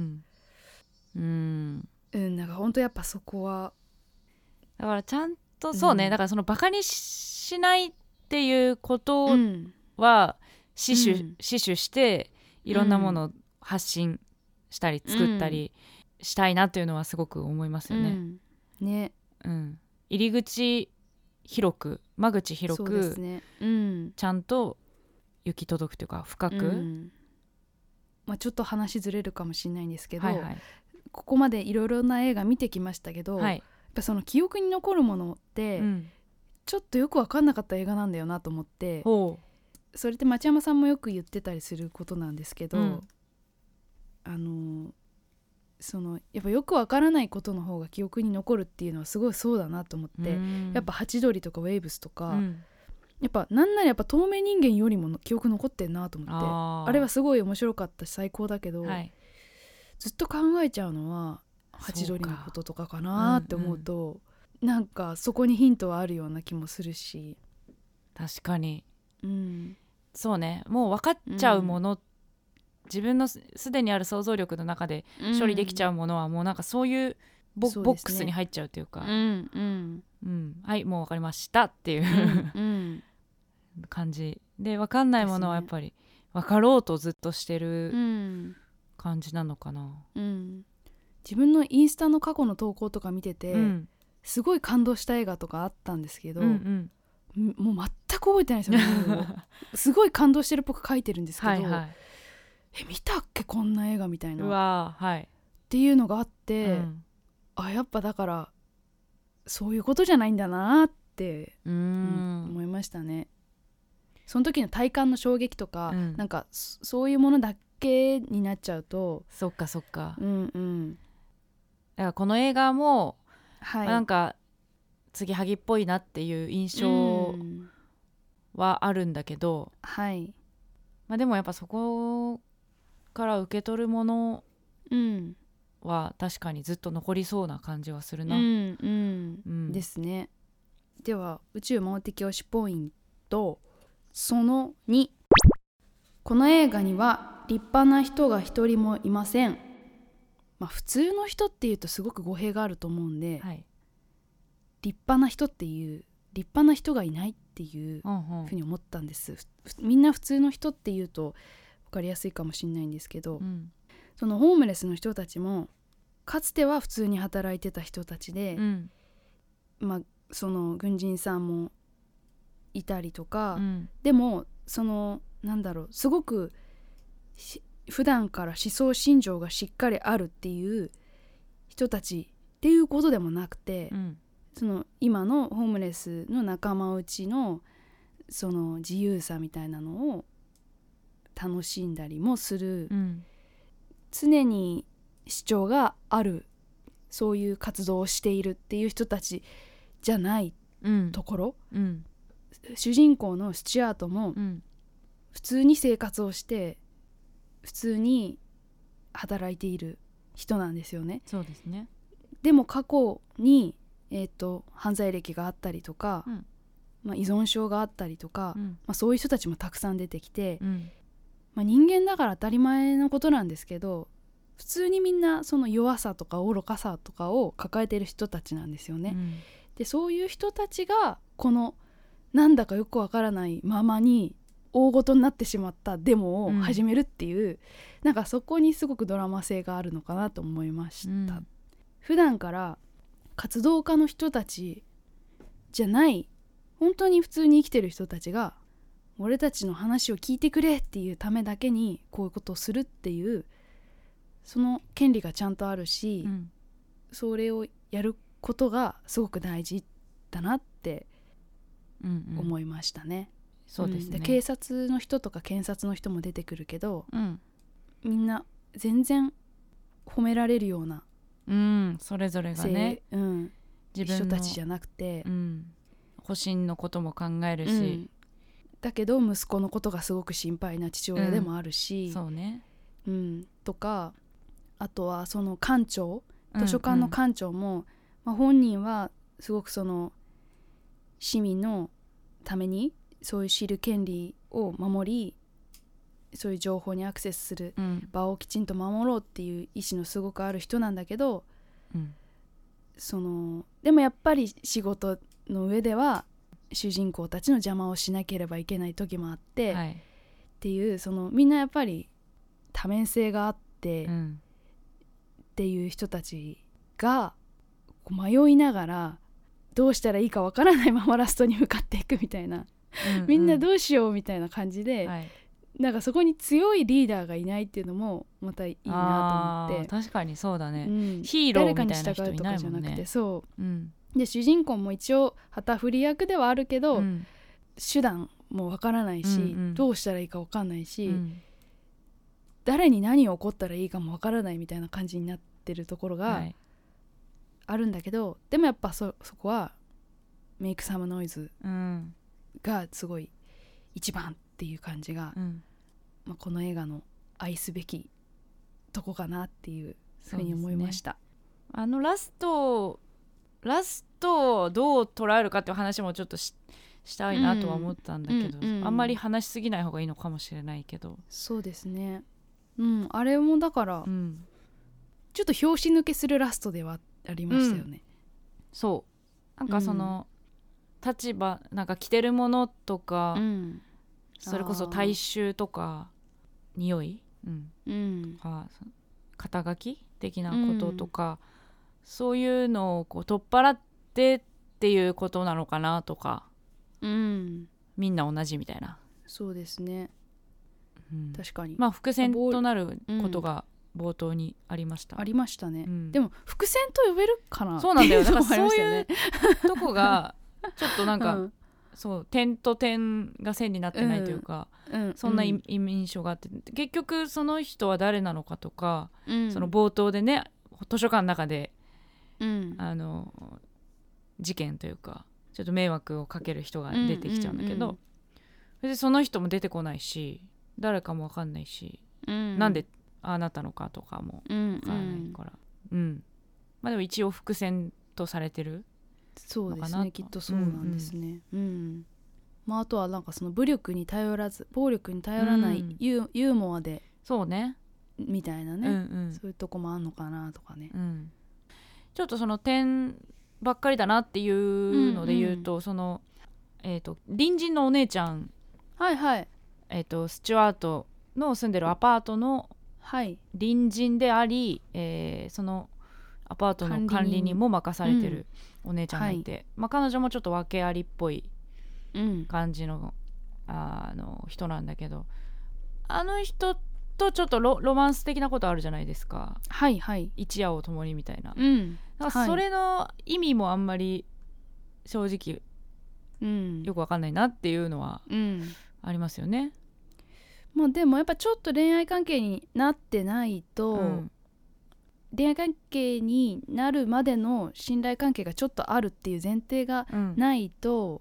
A: なんか本当やっぱそこは
B: だからちゃんとそうね、だからそのバカにしないっていうことは死守していろんなものを発信したり作ったりしたいなっていうのはすごく思いますよね。
A: ね、
B: 入り口広く間口広く、
A: そうですね、
B: ちゃんと行き届くというか深く、
A: ちょっと話ずれるかもしれないんですけど、ここまでいろいろな映画見てきましたけど、やっぱその記憶に残るものって、ちょっとよく分かんなかった映画なんだよなと思って、それって町山さんもよく言ってたりすることなんですけど、そのやっぱよく分からないことの方が記憶に残るっていうのはすごいそうだなと思って、やっぱハチドリとかウェイブスとか、やっぱなんならやっぱ透明人間よりも記憶残ってんなと思って、あれはすごい面白かったし最高だけど、ずっと考えちゃうのはハチドリのこととかかなって思うと、なんかそこにヒントはあるような気もするし。
B: 確かに、そうね、もう分かっちゃうもの、自分のすでにある想像力の中で処理できちゃうものはもうなんかそういうボックスに入っちゃうというか、はいもう分かりましたっていう感じで、分かんないものはやっぱり分かろうとずっとしてる感じなのかな。
A: 自分のインスタの過去の投稿とか見てて、すごい感動した映画とかあったんですけど、もう全く覚えてないですよねすごい感動してるっぽく書いてるんですけど、見たっけこんな映画みたいな、っていうのがあって、やっぱだからそういうことじゃないんだなって思いましたね。その時の体感の衝撃とか、なんかそういうものだけになっちゃうと、
B: そっかだからこの映画も、なんか継ぎはぎっぽいなっていう印象はあるんだけど、でもやっぱそこから受け取るものは確かにずっと残りそうな感じはするな。
A: ですね。では宇宙盲的推しポイントその2、この映画には立派な人が一人もいません。普通の人っていうとすごく語弊があると思うんで、立派な人っていう立派な人がいないっていうふうに思ったんです。みんな普通の人っていうと分かりやすいかもしれないんですけど、そのホームレスの人たちもかつては普通に働いてた人たちで、その軍人さんもいたりとか、でもそのすごく普段から思想信条がしっかりあるっていう人たちっていうことでもなくて、その今のホームレスの仲間内のその自由さみたいなのを楽しんだりもする、常に主張がある、そういう活動をしているっていう人たちじゃないところ、主人公のスチュアートも普通に生活をして普通に働いている人なんですよね。
B: そうですね。
A: でも過去に、犯罪歴があったりとか、依存症があったりとか、そういう人たちもたくさん出てきて、人間だから当たり前のことなんですけど、普通にみんなその弱さとか愚かさとかを抱えている人たちなんですよね。でそういう人たちがこのなんだかよくわからないままに大ごとになってしまったデモを始めるっていう、なんかそこにすごくドラマ性があるのかなと思いました。普段から活動家の人たちじゃない本当に普通に生きてる人たちが俺たちの話を聞いてくれっていうためだけにこういうことをするっていうその権利がちゃんとあるし、それをやることがすごく大事だなって思いましたね。
B: そうですね。
A: で警察の人とか検察の人も出てくるけど、みんな全然褒められるような、
B: それぞれがね、
A: 自分の人たちじゃなくて、
B: 保身のことも考えるし、
A: だけど息子のことがすごく心配な父親でもあるし、
B: そうね、
A: とか、あとはその館長、図書館の館長も、本人はすごくその市民のためにそういう知る権利を守りそういう情報にアクセスする場をきちんと守ろうっていう意志のすごくある人なんだけど、でもやっぱり仕事の上では主人公たちの邪魔をしなければいけない時もあって、っていうみんなやっぱり多面性があって、っていう人たちが迷いながらどうしたらいいかわからないままラストに向かっていくみたいな、みんなどうしようみたいな感じで、なんかそこに強いリーダーがいないっていうのもまたいいなと思って。
B: 確かにそうだね、ヒーローみたいな人いないもんね。誰かに従うとかじゃなくて、
A: そう、で主人公も一応旗振り役ではあるけど、手段もわからないし、どうしたらいいかわかんないし、誰に何を起こったらいいかもわからないみたいな感じになってるところがあるんだけど、でもやっぱそこはメイクサムノイズがすごい一番っていう感じが、この映画の愛すべきとこかなっていうふうに思いました。
B: ラストをどう捉えるかっていう話もちょっとしたいなとは思ったんだけど、あんまり話しすぎない方がいいのかもしれないけど。
A: そうですね、あれもだから、ちょっと拍子抜けするラストではありましたよね。
B: そうなんか立場なんか着てるものとか、それこそ体臭とか匂い、肩書き的なこととか、そういうのを取っ払ってっていうことなのかなとか、みんな同じみたいな。
A: そうですね、確かに
B: 伏線となることが冒頭にありました。
A: ありましたね、でも伏線と呼べるかな。
B: そうなんだよ、だからそういうとこがちょっとなんか、そう点と点が線になってないというか、そんな印象があって、結局その人は誰なのかとか、その冒頭でね図書館の中で、事件というかちょっと迷惑をかける人が出てきちゃうんだけど、別にその人も出てこないし誰かも分かんないし、なんでああなったのかとかも分からないから、でも一応伏線とされてる。
A: そうですね、きっとそうなんですね。あとはなんかその暴力に頼らないユーモアで、
B: そうね
A: みたいなね、そういうとこもあんのかなとかね。
B: ちょっとその点ばっかりだなっていうので言うと、その隣人のお姉ちゃん、スチュワートの住んでるアパートの隣人であり、そのアパートの管理人も任されてるお姉ちゃんがいて、彼女もちょっと訳ありっぽい感じの、人なんだけど、あの人とちょっと ロマンス的なことあるじゃないですか。一夜を共にみたいな、だからそれの意味もあんまり正直、よくわかんないなっていうのはありますよね。
A: でもやっぱちょっと恋愛関係になってないと、恋愛関係になるまでの信頼関係がちょっとあるっていう前提がないと、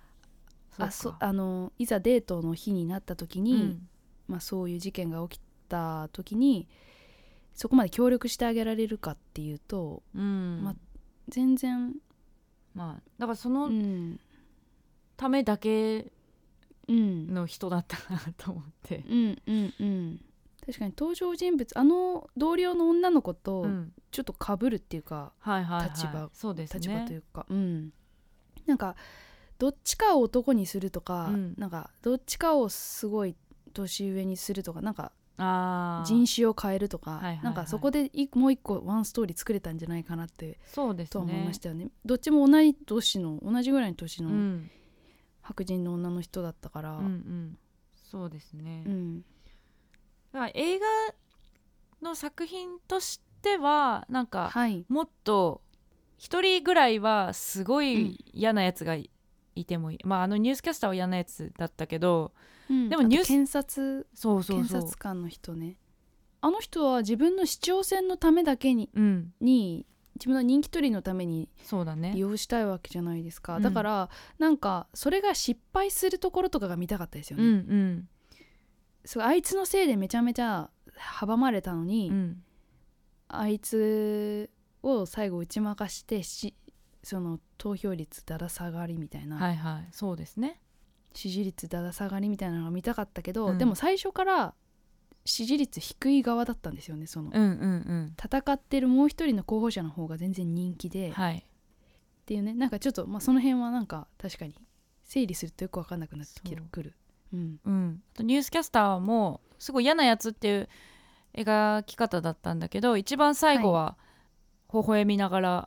A: いざデートの日になった時に、そういう事件が起きた時にそこまで協力してあげられるかっていうと、全然
B: だからそのためだけの人だったなと思って、
A: 確かに登場人物同僚の女の子とちょっと被るっていうか、立場というか、なんかどっちかを男にするとか、なんかどっちかをすごい年上にするとか、なんか人種を変えるとか、なんかそこでもう一個ワンストーリー作れたんじゃないかなってと思いましたよね。どっちも同じぐらいの年の白人の女の人だったから、
B: そうですね、だから映画の作品としてはなんか、もっと一人ぐらいはすごい嫌なやつがいてもいい、ニュースキャスターは嫌なやつだったけど、
A: でも検察官の人ね、あの人は自分の視聴線のためだけに、自分の人気取りのために利用したいわけじゃないですか。だからなんかそれが失敗するところとかが見たかったですよね。あいつのせいでめちゃめちゃ阻まれたのに、あいつを最後打ち負かしてその投票率だだ下がりみたいな、
B: そうですね。
A: 支持率だだ下がりみたいなのが見たかったけど、でも最初から支持率低い側だったんですよね。その、戦ってるもう一人の候補者の方が全然人気で、っていうね、なんかちょっと、その辺はなんか確かに整理するとよく分かんなくなってくる。ニ
B: ュースキャスターもすごい嫌なやつっていう描き方だったんだけど、一番最後は微笑みながら、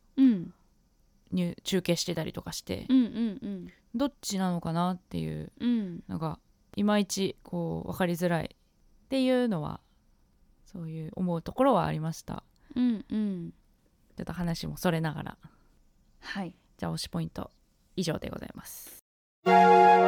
B: 中継してたりとかして、どっちなのかなっていうのがいまいちこう分かりづらいっていうのは、そういう思うところはありました。ちょっと話もそれながら、じゃあ推しポイント以上でございます。女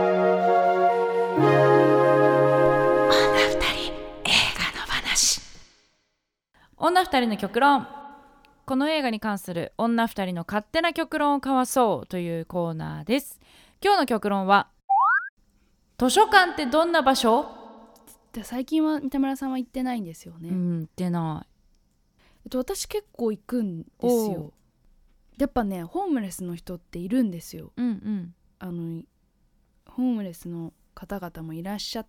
B: 二人映画の話。女二人の極論。この映画に関する女二人の勝手な極論を交わそうというコーナーです。今日の極論は、図書館ってどんな場所？
A: 最近は三田村さんは行ってないんですよね。
B: 行ってない。
A: 私結構行くんですよ。やっぱね、ホームレスの人っているんですよ。ホームレスの方々もいらっしゃって、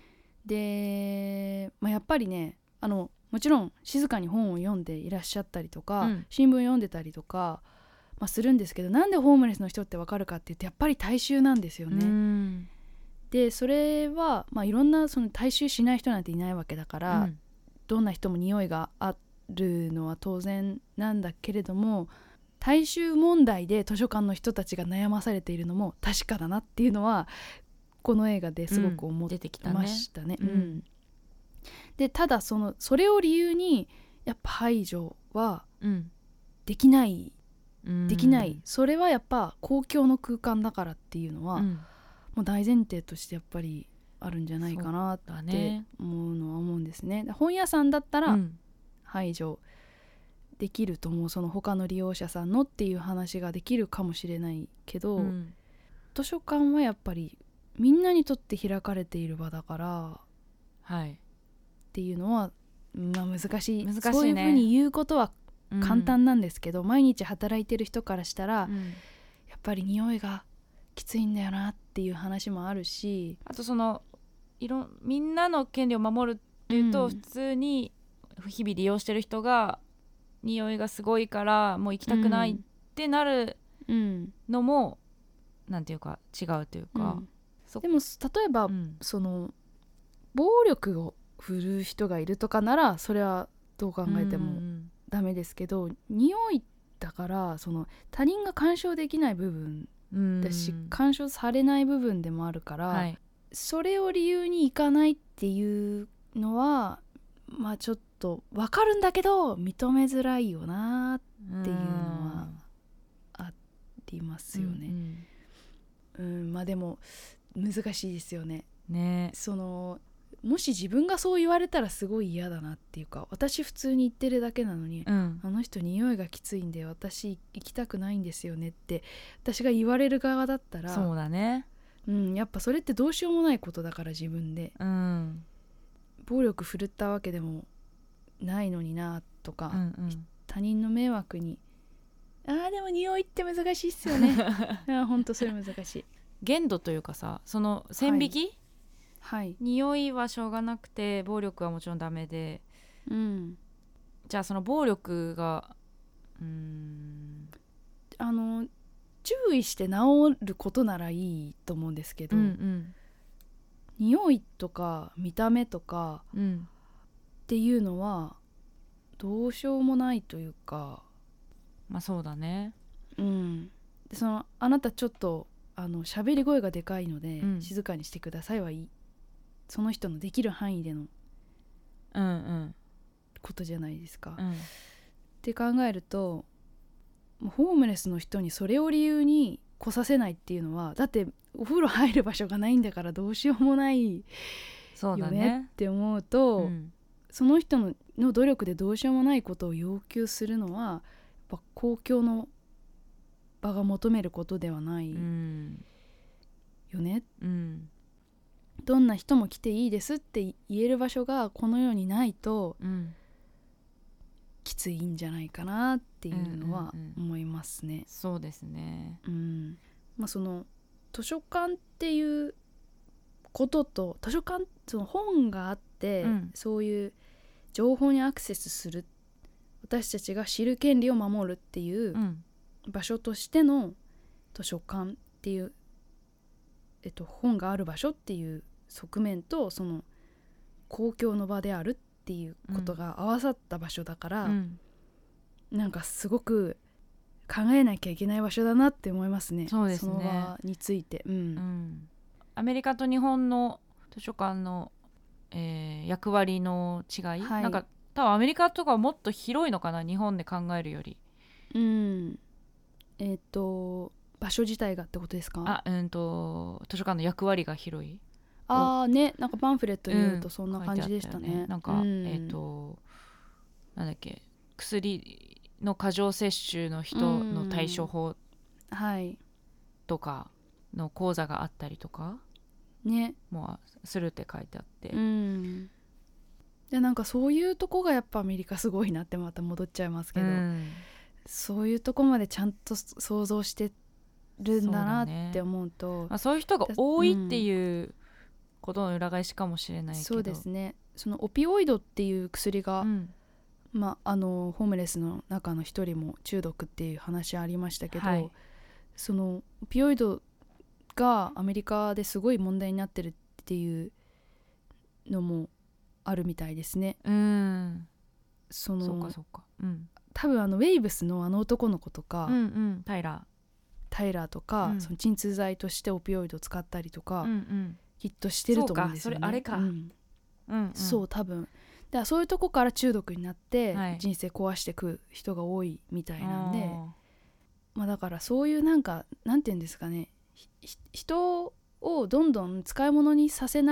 A: で、やっぱりね、もちろん静かに本を読んでいらっしゃったりとか、新聞読んでたりとか、するんですけど、なんでホームレスの人ってわかるかって言って、やっぱり体臭なんですよね。でそれはいろんなその体臭しない人なんていないわけだから、どんな人も匂いがあるのは当然なんだけれども、体臭問題で図書館の人たちが悩まされているのも確かだなっていうのはこの映画ですごく思ってましたね。でただそれを理由にやっぱ排除はできない、それはやっぱ公共の空間だからっていうのは、もう大前提としてやっぱりあるんじゃないかなって思うのは思うんですね。本屋さんだったら排除できると思う、その他の利用者さんのっていう話ができるかもしれないけど、図書館はやっぱりみんなにとって開かれている場だから、っていうのは、難しいね。そういうふうに言うことは簡単なんですけど、毎日働いてる人からしたら、やっぱり匂いがきついんだよなっていう話もあるし、
B: あとみんなの権利を守るっていうと、普通に日々利用してる人が匂いがすごいからもう行きたくないってなるのも、なんていうか違うというか、
A: でも例えば、その暴力を振るう人がいるとかならそれはどう考えてもダメですけど、匂いだからその他人が干渉できない部分だし、干渉されない部分でもあるから、それを理由に行かないっていうのはちょっと分かるんだけど認めづらいよなっていうのはありますよね。でも難しいですよね。もし自分がそう言われたらすごい嫌だなっていうか、私普通に言ってるだけなのに、あの人匂いがきついんで私行きたくないんですよねって私が言われる側だったら、
B: そうだね、
A: やっぱそれってどうしようもないことだから、自分で、暴力振るったわけでもないのになとか、他人の迷惑にでも匂いって難しいっすよね。ほんとそれ難しい。
B: 限度というかさ、その線引き、匂いはしょうがなくて暴力はもちろんダメで、じゃあその暴力が
A: 注意して治ることならいいと思うんですけど、匂いとか見た目とかっていうのはどうしようもないというか、
B: そうだね。
A: であなたちょっと喋り声がでかいので、静かにしてくださいはいい、その人のできる範囲でのことじゃないですか。って考えると、ホームレスの人にそれを理由に来させないっていうのは、だってお風呂入る場所がないんだからどうしようもないよねって思うと、その人の努力でどうしようもないことを要求するのはやっぱ公共の場が求めることではないよね、どんな人も来ていいですって言える場所がこの世にないと、きついんじゃないかなっていうのは思いますね。
B: そうですね。
A: その図書館っていうことと、図書館その本があって、そういう情報にアクセスする、私たちが知る権利を守るっていう場所としての図書館っていう、本がある場所っていう側面と、その公共の場であるっていうことが合わさった場所だから、なんかすごく考えなきゃいけない場所だなって思いますね。
B: そうですね。
A: その場について、
B: アメリカと日本の図書館の、役割の違い、なんか多分アメリカとかはもっと広いのかな、日本で考えるより。
A: 場所自体がってことですか？
B: 図書館の役割が広い。
A: ね、なんかパンフレットによるとそんな感じでしたね。
B: なんか、なんだっけ、薬の過剰摂取の人の対処法とかの講座があったりとかね、もうするって書いてあって、
A: でなんかそういうとこがやっぱアメリカすごいなって、また戻っちゃいますけど、そういうとこまでちゃんと想像してるんだなって思うと、
B: そういう人が多いっていうことの裏返しかもしれないけど、
A: そうですね。そのオピオイドっていう薬が、ホームレスの中の一人も中毒っていう話ありましたけど、そのオピオイドがアメリカですごい問題になってるっていうのもあるみたいですね。
B: そうか、
A: 多分ウェイブスの男の子とか、
B: タイラ
A: ーとか、その鎮痛剤としてオピオイドを使ったりとか、きっとしてると思うんですよね。
B: それあれか、
A: そう多分だからそういうとこから中毒になって、人生壊してく人が多いみたいなんで、だからそういうなんて言うんですかね、人をどんどん使い物に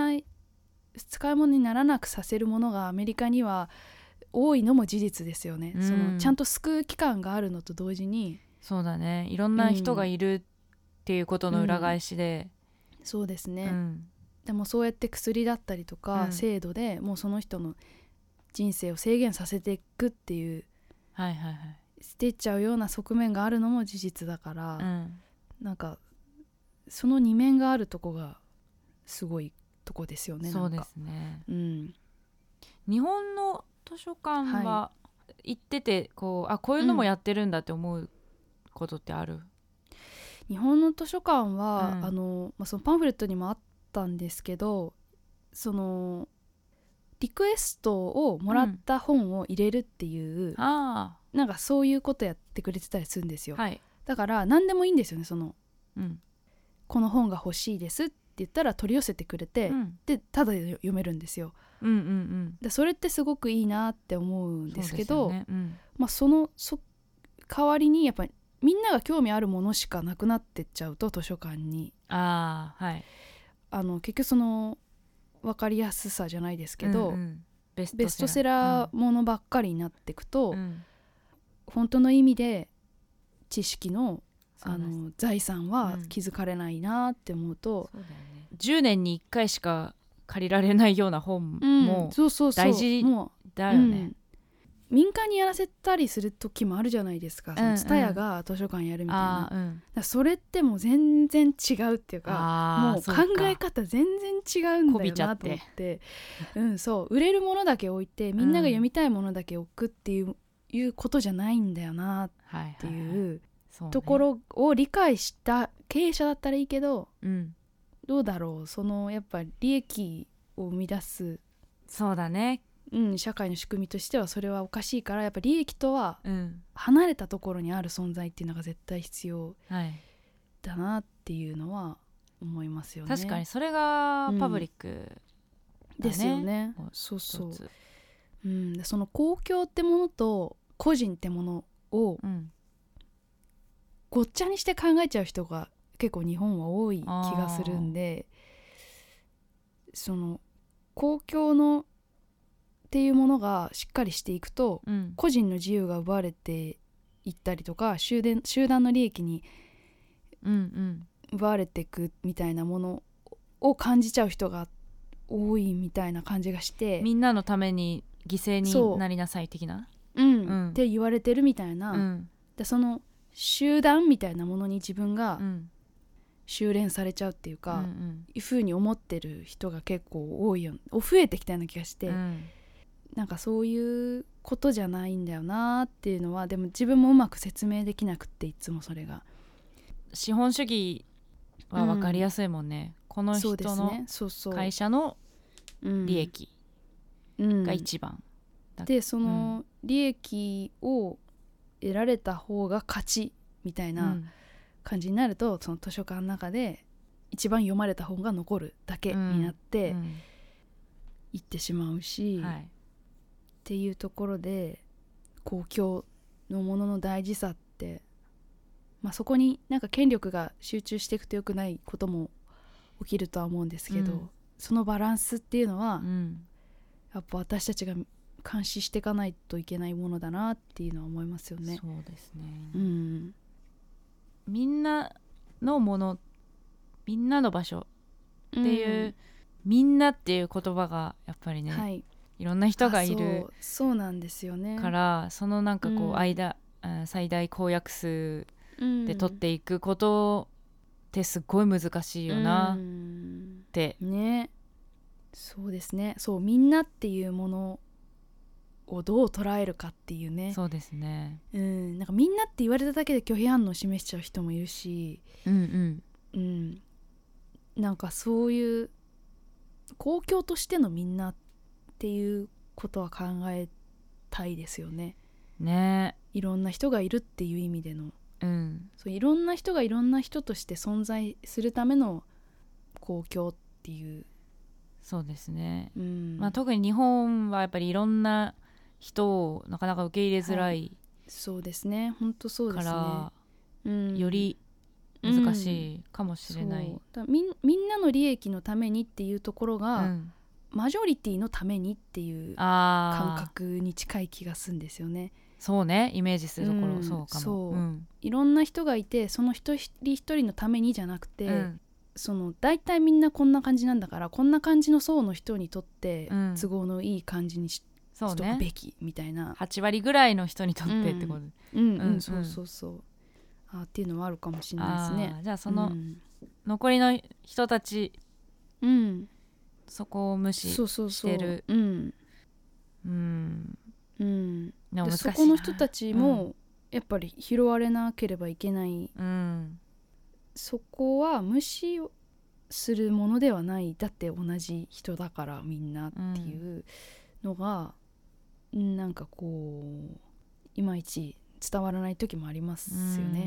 A: ならなくさせるものがアメリカには多いのも事実ですよね。そのちゃんと救う機関があるのと同時に、
B: そうだね、いろんな人がいるっていうことの裏返しで、
A: そうですね、でもそうやって薬だったりとか、制度でもうその人の人生を制限させていくっていう、捨てちゃうような側面があるのも事実だから、なんかその二面があるとこがすごいとこですよね。
B: そうですね、日本の図書館は行っててこういうのもやってるんだって思うことってある？
A: 日本の図書館は、そのパンフレットにもあったんですけど、そのリクエストをもらった本を入れるっていう、なんかそういうことやってくれてたりするんですよ。だから何でもいいんですよね。その、この本が欲しいですって言ったら取り寄せてくれて、でただで読めるんですよ。でそれってすごくいいなって思うんですけど、その代わりにやっぱりみんなが興味あるものしかなくなってっちゃうと、図書館に結局その分かりやすさじゃないですけど、ベストセラーものばっかりになっていくと、本当の意味で知識の財産は気づかれないなって思うと、
B: 10年に1回しか借りられないような本も大事だよね。
A: 民間にやらせたりする時もあるじゃないですか。TSUTAYAが図書館やるみたいな、それってもう全然違うっていうか、もう考え方全然違うんだよなと思って、そう売れるものだけ置いてみんなが読みたいものだけ置くっていうことじゃないんだよなっていうところを理解した経営者だったらいいけど、どうだろう、そのやっぱ利益を生み出す、
B: そうだね、
A: 社会の仕組みとしてはそれはおかしいから、やっぱ利益とは離れたところにある存在っていうのが絶対必要だなっていうのは思いますよね。
B: 確かにそれがパブリックだね、
A: ですよね。そう、その公共ってものと個人ってものをごっちゃにして考えちゃう人が結構日本は多い気がするんで、その公共のっていうものがしっかりしていくと、個人の自由が奪われていったりとか、集団の利益に奪われていくみたいなものを感じちゃう人が多いみたいな感じがして、
B: みんなのために犠牲になりなさい的な、
A: って言われてるみたいな、でその集団みたいなものに自分が修練されちゃうっていうか、いうふうに思ってる人が結構多いよ、増えてきたような気がして、なんかそういうことじゃないんだよなっていうのは、でも自分もうまく説明できなくって、いつもそれが。
B: 資本主義は分かりやすいもんね、この人の会社の利益が一番、
A: でその利益を得られた方が勝ちみたいな感じになると、その図書館の中で一番読まれた本が残るだけになっていってしまうし、っていうところで公共のものの大事さって、そこになんか権力が集中していくと良くないことも起きるとは思うんですけど、そのバランスっていうのは、やっぱ私たちが監視していかないといけないものだなっていうのは思いますよね。
B: そうですね、みんなのもの、みんなの場所っていう、みんなっていう言葉がやっぱりね、いろんな人がいる、
A: そうなんですよね。
B: からそのなんかこう、最大公約数で取っていくことってすっごい難しいよなって、
A: ね。そうですね。そう、みんなっていうものをどう捉えるかっていうね。
B: そうですね。
A: なんかみんなって言われただけで拒否反応を示しちゃう人もいるし、なんかそういう公共としてのみんなっていうことは考えたいですよね。いろんな人がいるっていう意味での、そういろんな人がいろんな人として存在するための公共っていう。
B: そうですね、特に日本はやっぱりいろんな人をなかなか受け入れづらい、
A: そうですね、本当そうですね。
B: から、より難しいかもしれない、
A: みんなの利益のためにっていうところが、マジョリティのためにっていう感覚に近い気がするんですよね。
B: そうね、イメージするところ、そうかも。
A: いろんな人がいて、その一人一人のためにじゃなくて、その大体みんなこんな感じなんだから、こんな感じの層の人にとって都合のいい感じにしとくべきみたいな、
B: 8割ぐらいの人にとってってこと、
A: そうそうそう、っていうのもあるかもしれないですね。
B: じゃあその残りの人たち、そこを無視してる、
A: そこの人たちもやっぱり拾われなければいけない、そこは無視するものではない、だって同じ人だからみんなっていうのが、なんかこういまいち伝わらない時もありますよね。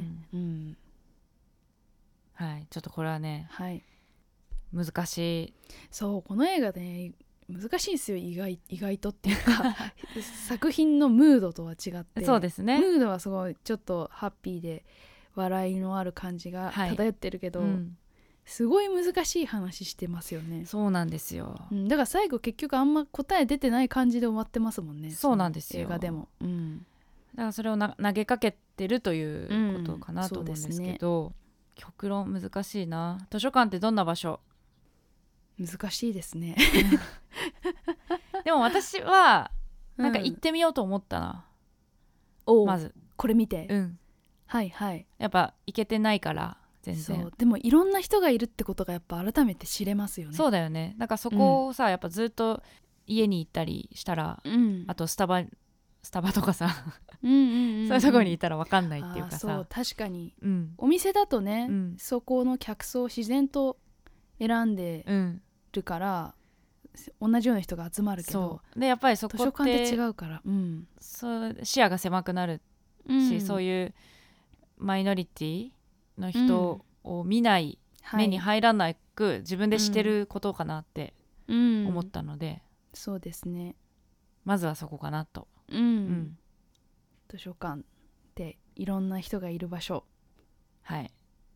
B: はい、ちょっとこれはね、難しい。
A: そう、この映画ね難しいですよ、意外とっていうか作品のムードとは違って、
B: そうですね、
A: ムードはすごいちょっとハッピーで笑いのある感じが漂ってるけど、すごい難しい話してますよね。
B: そうなんですよ、
A: だから最後結局あんま答え出てない感じで終わってますもんね。
B: そうなんですよ、
A: 映画でも、だ
B: からそれを投げかけてるということかなと思うんですけど、極論難しいな。図書館ってどんな場所？
A: 難しいですね
B: でも私はなんか行ってみようと思ったな、まず
A: これ見て、
B: やっぱ行けてないから全然。
A: そう、でもいろんな人がいるってことがやっぱ改めて知れますよね。
B: そうだよね。なんかそこをさ、やっぱずっと家に行ったりしたら、あとスタバとかさそういうところにいたら分かんないっていうかさ。
A: そう、確かに、お店だとね、そこの客層を自然と選んでるから、同じような人が集まるけど、
B: でやっぱりそこって
A: 図書館って違うから、
B: そう視野が狭くなるし、そういうマイノリティの人を見ない、目に入らなく自分でしてることかなって思ったので、
A: そうですね、
B: まずはそこかなと。
A: 図書館っていろんな人がいる場所。はい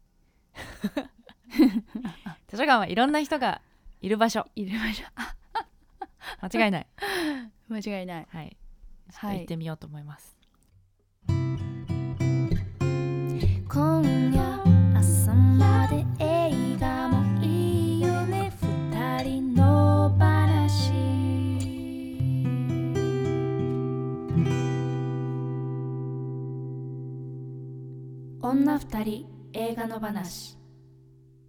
B: 図書館はいろんな人がいる場所間違いない
A: 間違いない。
B: はい、ちょっと行ってみようと思います。
C: 今夜朝まで映画もいいよね、二人の話。女二人映画の話。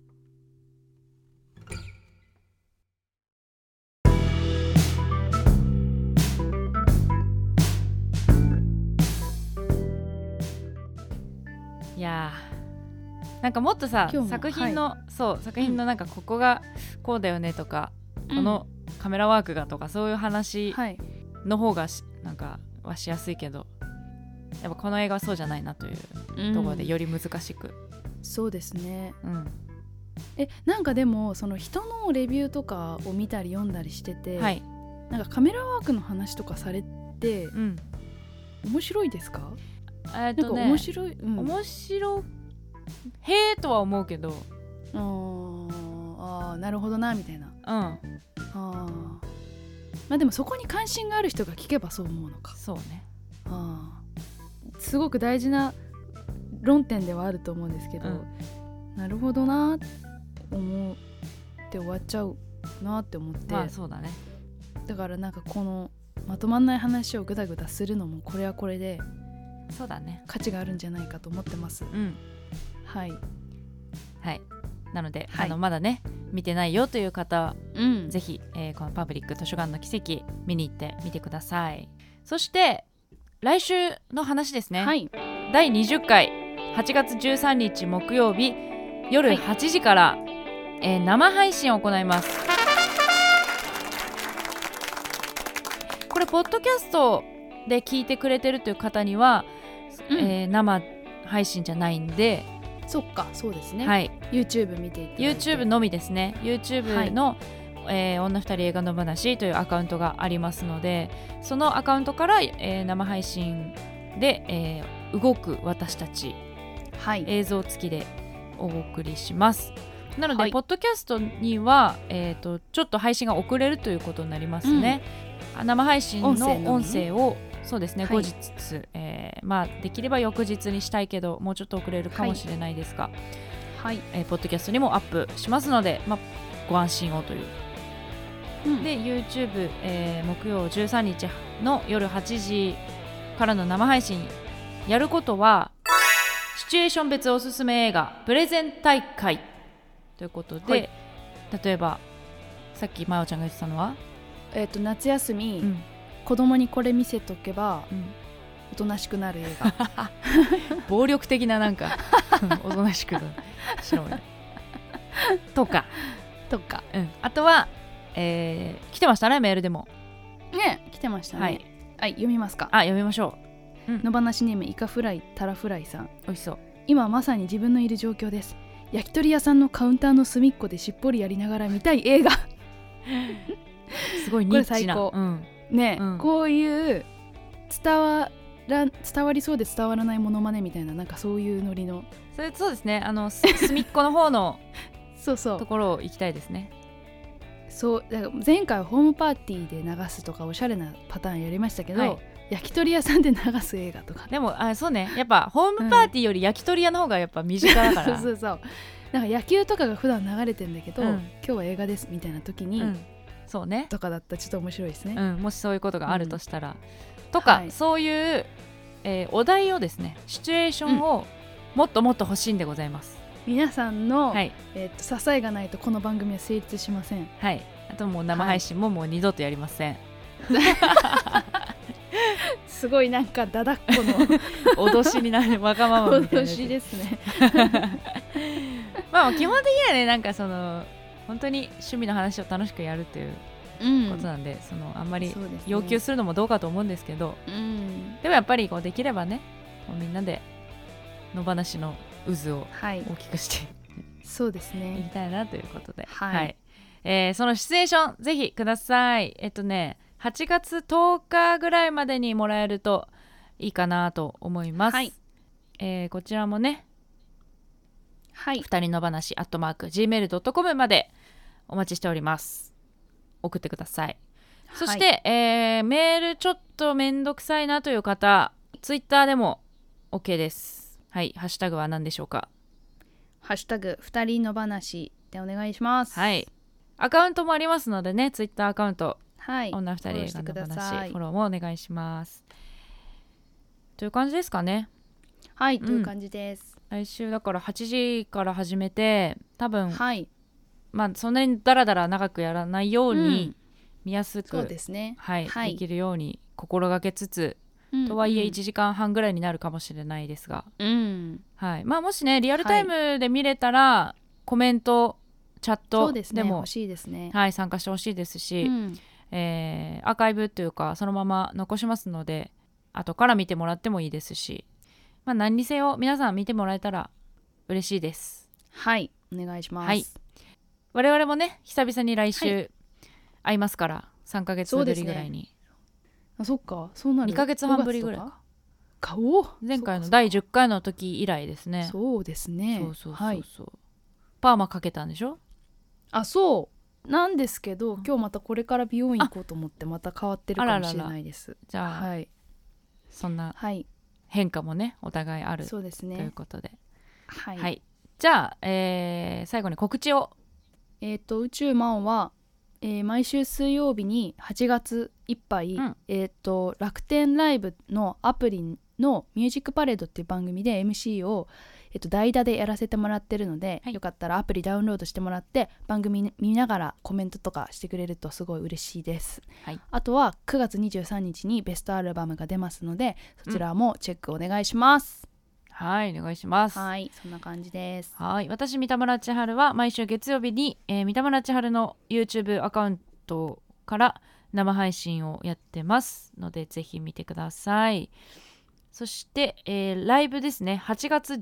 B: なんかもっとさ作品の、はい、そう作品のなんかここがこうだよねとか、このカメラワークがとかそういう話の方がなんかはしやすいけど、やっぱこの映画はそうじゃないなというところでより難しく、
A: そうですね、なんかでもその人のレビューとかを見たり読んだりしてて、はい、なんかカメラワークの話とかされて、面白いですか？なんか面白い、
B: 面白へーとは思うけど、
A: あなるほどなみたいな、まあでもそこに関心がある人が聞けばそう思うのか。
B: そうね、
A: すごく大事な論点ではあると思うんですけど、なるほどなって思って終わっちゃうなって思って、
B: まあそうだね。
A: だからなんかこのまとまんない話をグダグダするのもこれはこれで
B: そうだね、
A: 価値があるんじゃないかと思ってます。はい
B: はい。なので、はい、まだね見てないよという方、ぜひ、このパブリック図書館の奇跡見に行ってみてください。そして来週の話ですね、はい、第20回8月13日木曜日夜8時から、生配信を行います。これポッドキャストで聞いてくれてるという方には、生配信じゃないんで、
A: そっか、そうですね、
B: はい、
A: YouTube 見ていただいて
B: YouTube のみですね。 YouTube の、女二人映画の話というアカウントがありますので、そのアカウントから、生配信で、動く私たち、映像付きでお送りします。なので、ポッドキャストには、ちょっと配信が遅れるということになりますね、生配信の音声をそうですね、後日、まあできれば翌日にしたいけどもうちょっと遅れるかもしれないですが、ポッドキャストにもアップしますので、ご安心をという、で YouTube、木曜13日の夜8時からの生配信、やることはシチュエーション別おすすめ映画プレゼン大会ということで、例えばさっきまよちゃんが言ってたのは、
A: 夏休み、子供にこれ見せとけば、おとなしくなる映画
B: 暴力的ななんかおとなしくしろよとか、あとは、来てましたね、メールでも
A: ね、来てましたね、はい、読みますか。
B: 読みましょ
A: う、のばなしネームイカフライタラフライさん、
B: おいしそう。
A: 今まさに自分のいる状況です。焼き鳥屋さんのカウンターの隅っこでしっぽりやりながら見たい映画
B: すごいニッチな、
A: ね、こういう伝わりそうで伝わらないモノマネみたいな、なんかそういうノリの、
B: そうですね、隅っこの方の
A: そう
B: ところを行きたいですね。
A: そうだから前回はホームパーティーで流すとかおしゃれなパターンやりましたけど、焼き鳥屋さんで流す映画とか、
B: でもそうね、やっぱホームパーティーより焼き鳥屋の方がやっぱ身近だから、
A: そうなんか野球とかが普段流れてんだけど、今日は映画ですみたいな時に、
B: そうね
A: とかだったらちょっと面白いですね、
B: もしそういうことがあるとしたら、とか、そういう、お題をですね、シチュエーションをもっともっと欲しいんでございます。
A: 皆さんの、支えがないとこの番組は成立しません。
B: あともう生配信ももう二度とやりません、
A: すごいなんかだだっこの
B: 脅しになるわがままみたいな
A: 脅しですね
B: 基本的にはね、なんかその本当に趣味の話を楽しくやるっていうことなんで、そのあんまり要求するのもどうかと思うんですけど、でもやっぱりこうできればね、もうみんなで野放しの渦を大きくして、
A: そうですね、
B: いきたいなということで、そのシチュエーションぜひください。8月10日ぐらいまでにもらえるといいかなと思います。こちらもね、二人の話@gmail.com までお待ちしております。送ってください。そして、メールちょっとめんどくさいなという方、ツイッターでも OK です。ハッシュタグは何でしょうか。
A: ハッシュタグ二人の話でお願いします。
B: アカウントもありますのでね、ツイッターアカウント、女二人映画の話フォローもお願いします。という感じですかね。
A: という感じです。
B: 来週だから8時から始めて、多分、そんなにダラダラ長くやらないように、見やすく、できるように心がけつつとはいえ1時間半ぐらいになるかもしれないですが、はい、もしねリアルタイムで見れたら、コメントチャットでも、
A: 欲しいですね、
B: はい、参加してほしいですし、アーカイブというかそのまま残しますので後から見てもらってもいいですし、何にせよ皆さん見てもらえたら嬉しいです。
A: はい、お願いします。
B: はい、我々もね久々に来週会いますから、3ヶ月ぶりぐらいに。
A: そっか、そうなる。
B: 2ヶ月半ぶりぐらいか。前回の第10回の時以来ですね。
A: そうですね。
B: そう、パーマかけたんでしょ。
A: そうなんですけど、今日またこれから美容院行こうと思ってまた変わってるかもしれないです。
B: じゃあ、そんな変化もねお互いある、そうですね、ということで、はい、じゃあ、最後に告知を。
A: 宇宙マンは、毎週水曜日に8月いっぱい、楽天ライブのアプリのミュージックパレードっていう番組で MC を、代打でやらせてもらってるので、よかったらアプリダウンロードしてもらって番組見ながらコメントとかしてくれるとすごい嬉しいです、あとは9月23日にベストアルバムが出ますので、そちらもチェックお願いします。
B: はい、お願いします。
A: はい、そんな感じです。
B: はい、私三田村千春は毎週月曜日に、三田村千春の YouTube アカウントから生配信をやってますのでぜひ見てください。そして、ライブですね、8月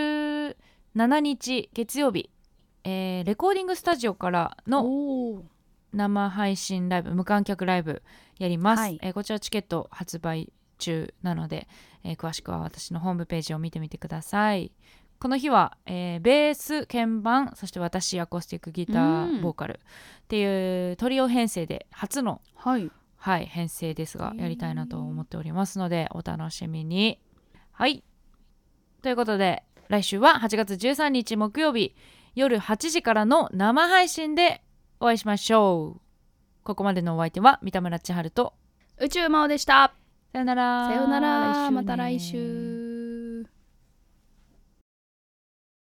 B: 17日月曜日、レコーディングスタジオからの生配信ライブ、無観客ライブやります、こちらチケット発売中なので、詳しくは私のホームページを見てみてください。この日は、ベース、鍵盤、そして私アコースティックギター、ボーカルっていうトリオ編成で初の、編成ですがやりたいなと思っておりますのでお楽しみに。はい、ということで来週は8月13日木曜日夜8時からの生配信でお会いしましょう。ここまでのお相手は三田村千春と
A: 宇宙魔王でした。
B: さよなら。
A: さよなら。また来週。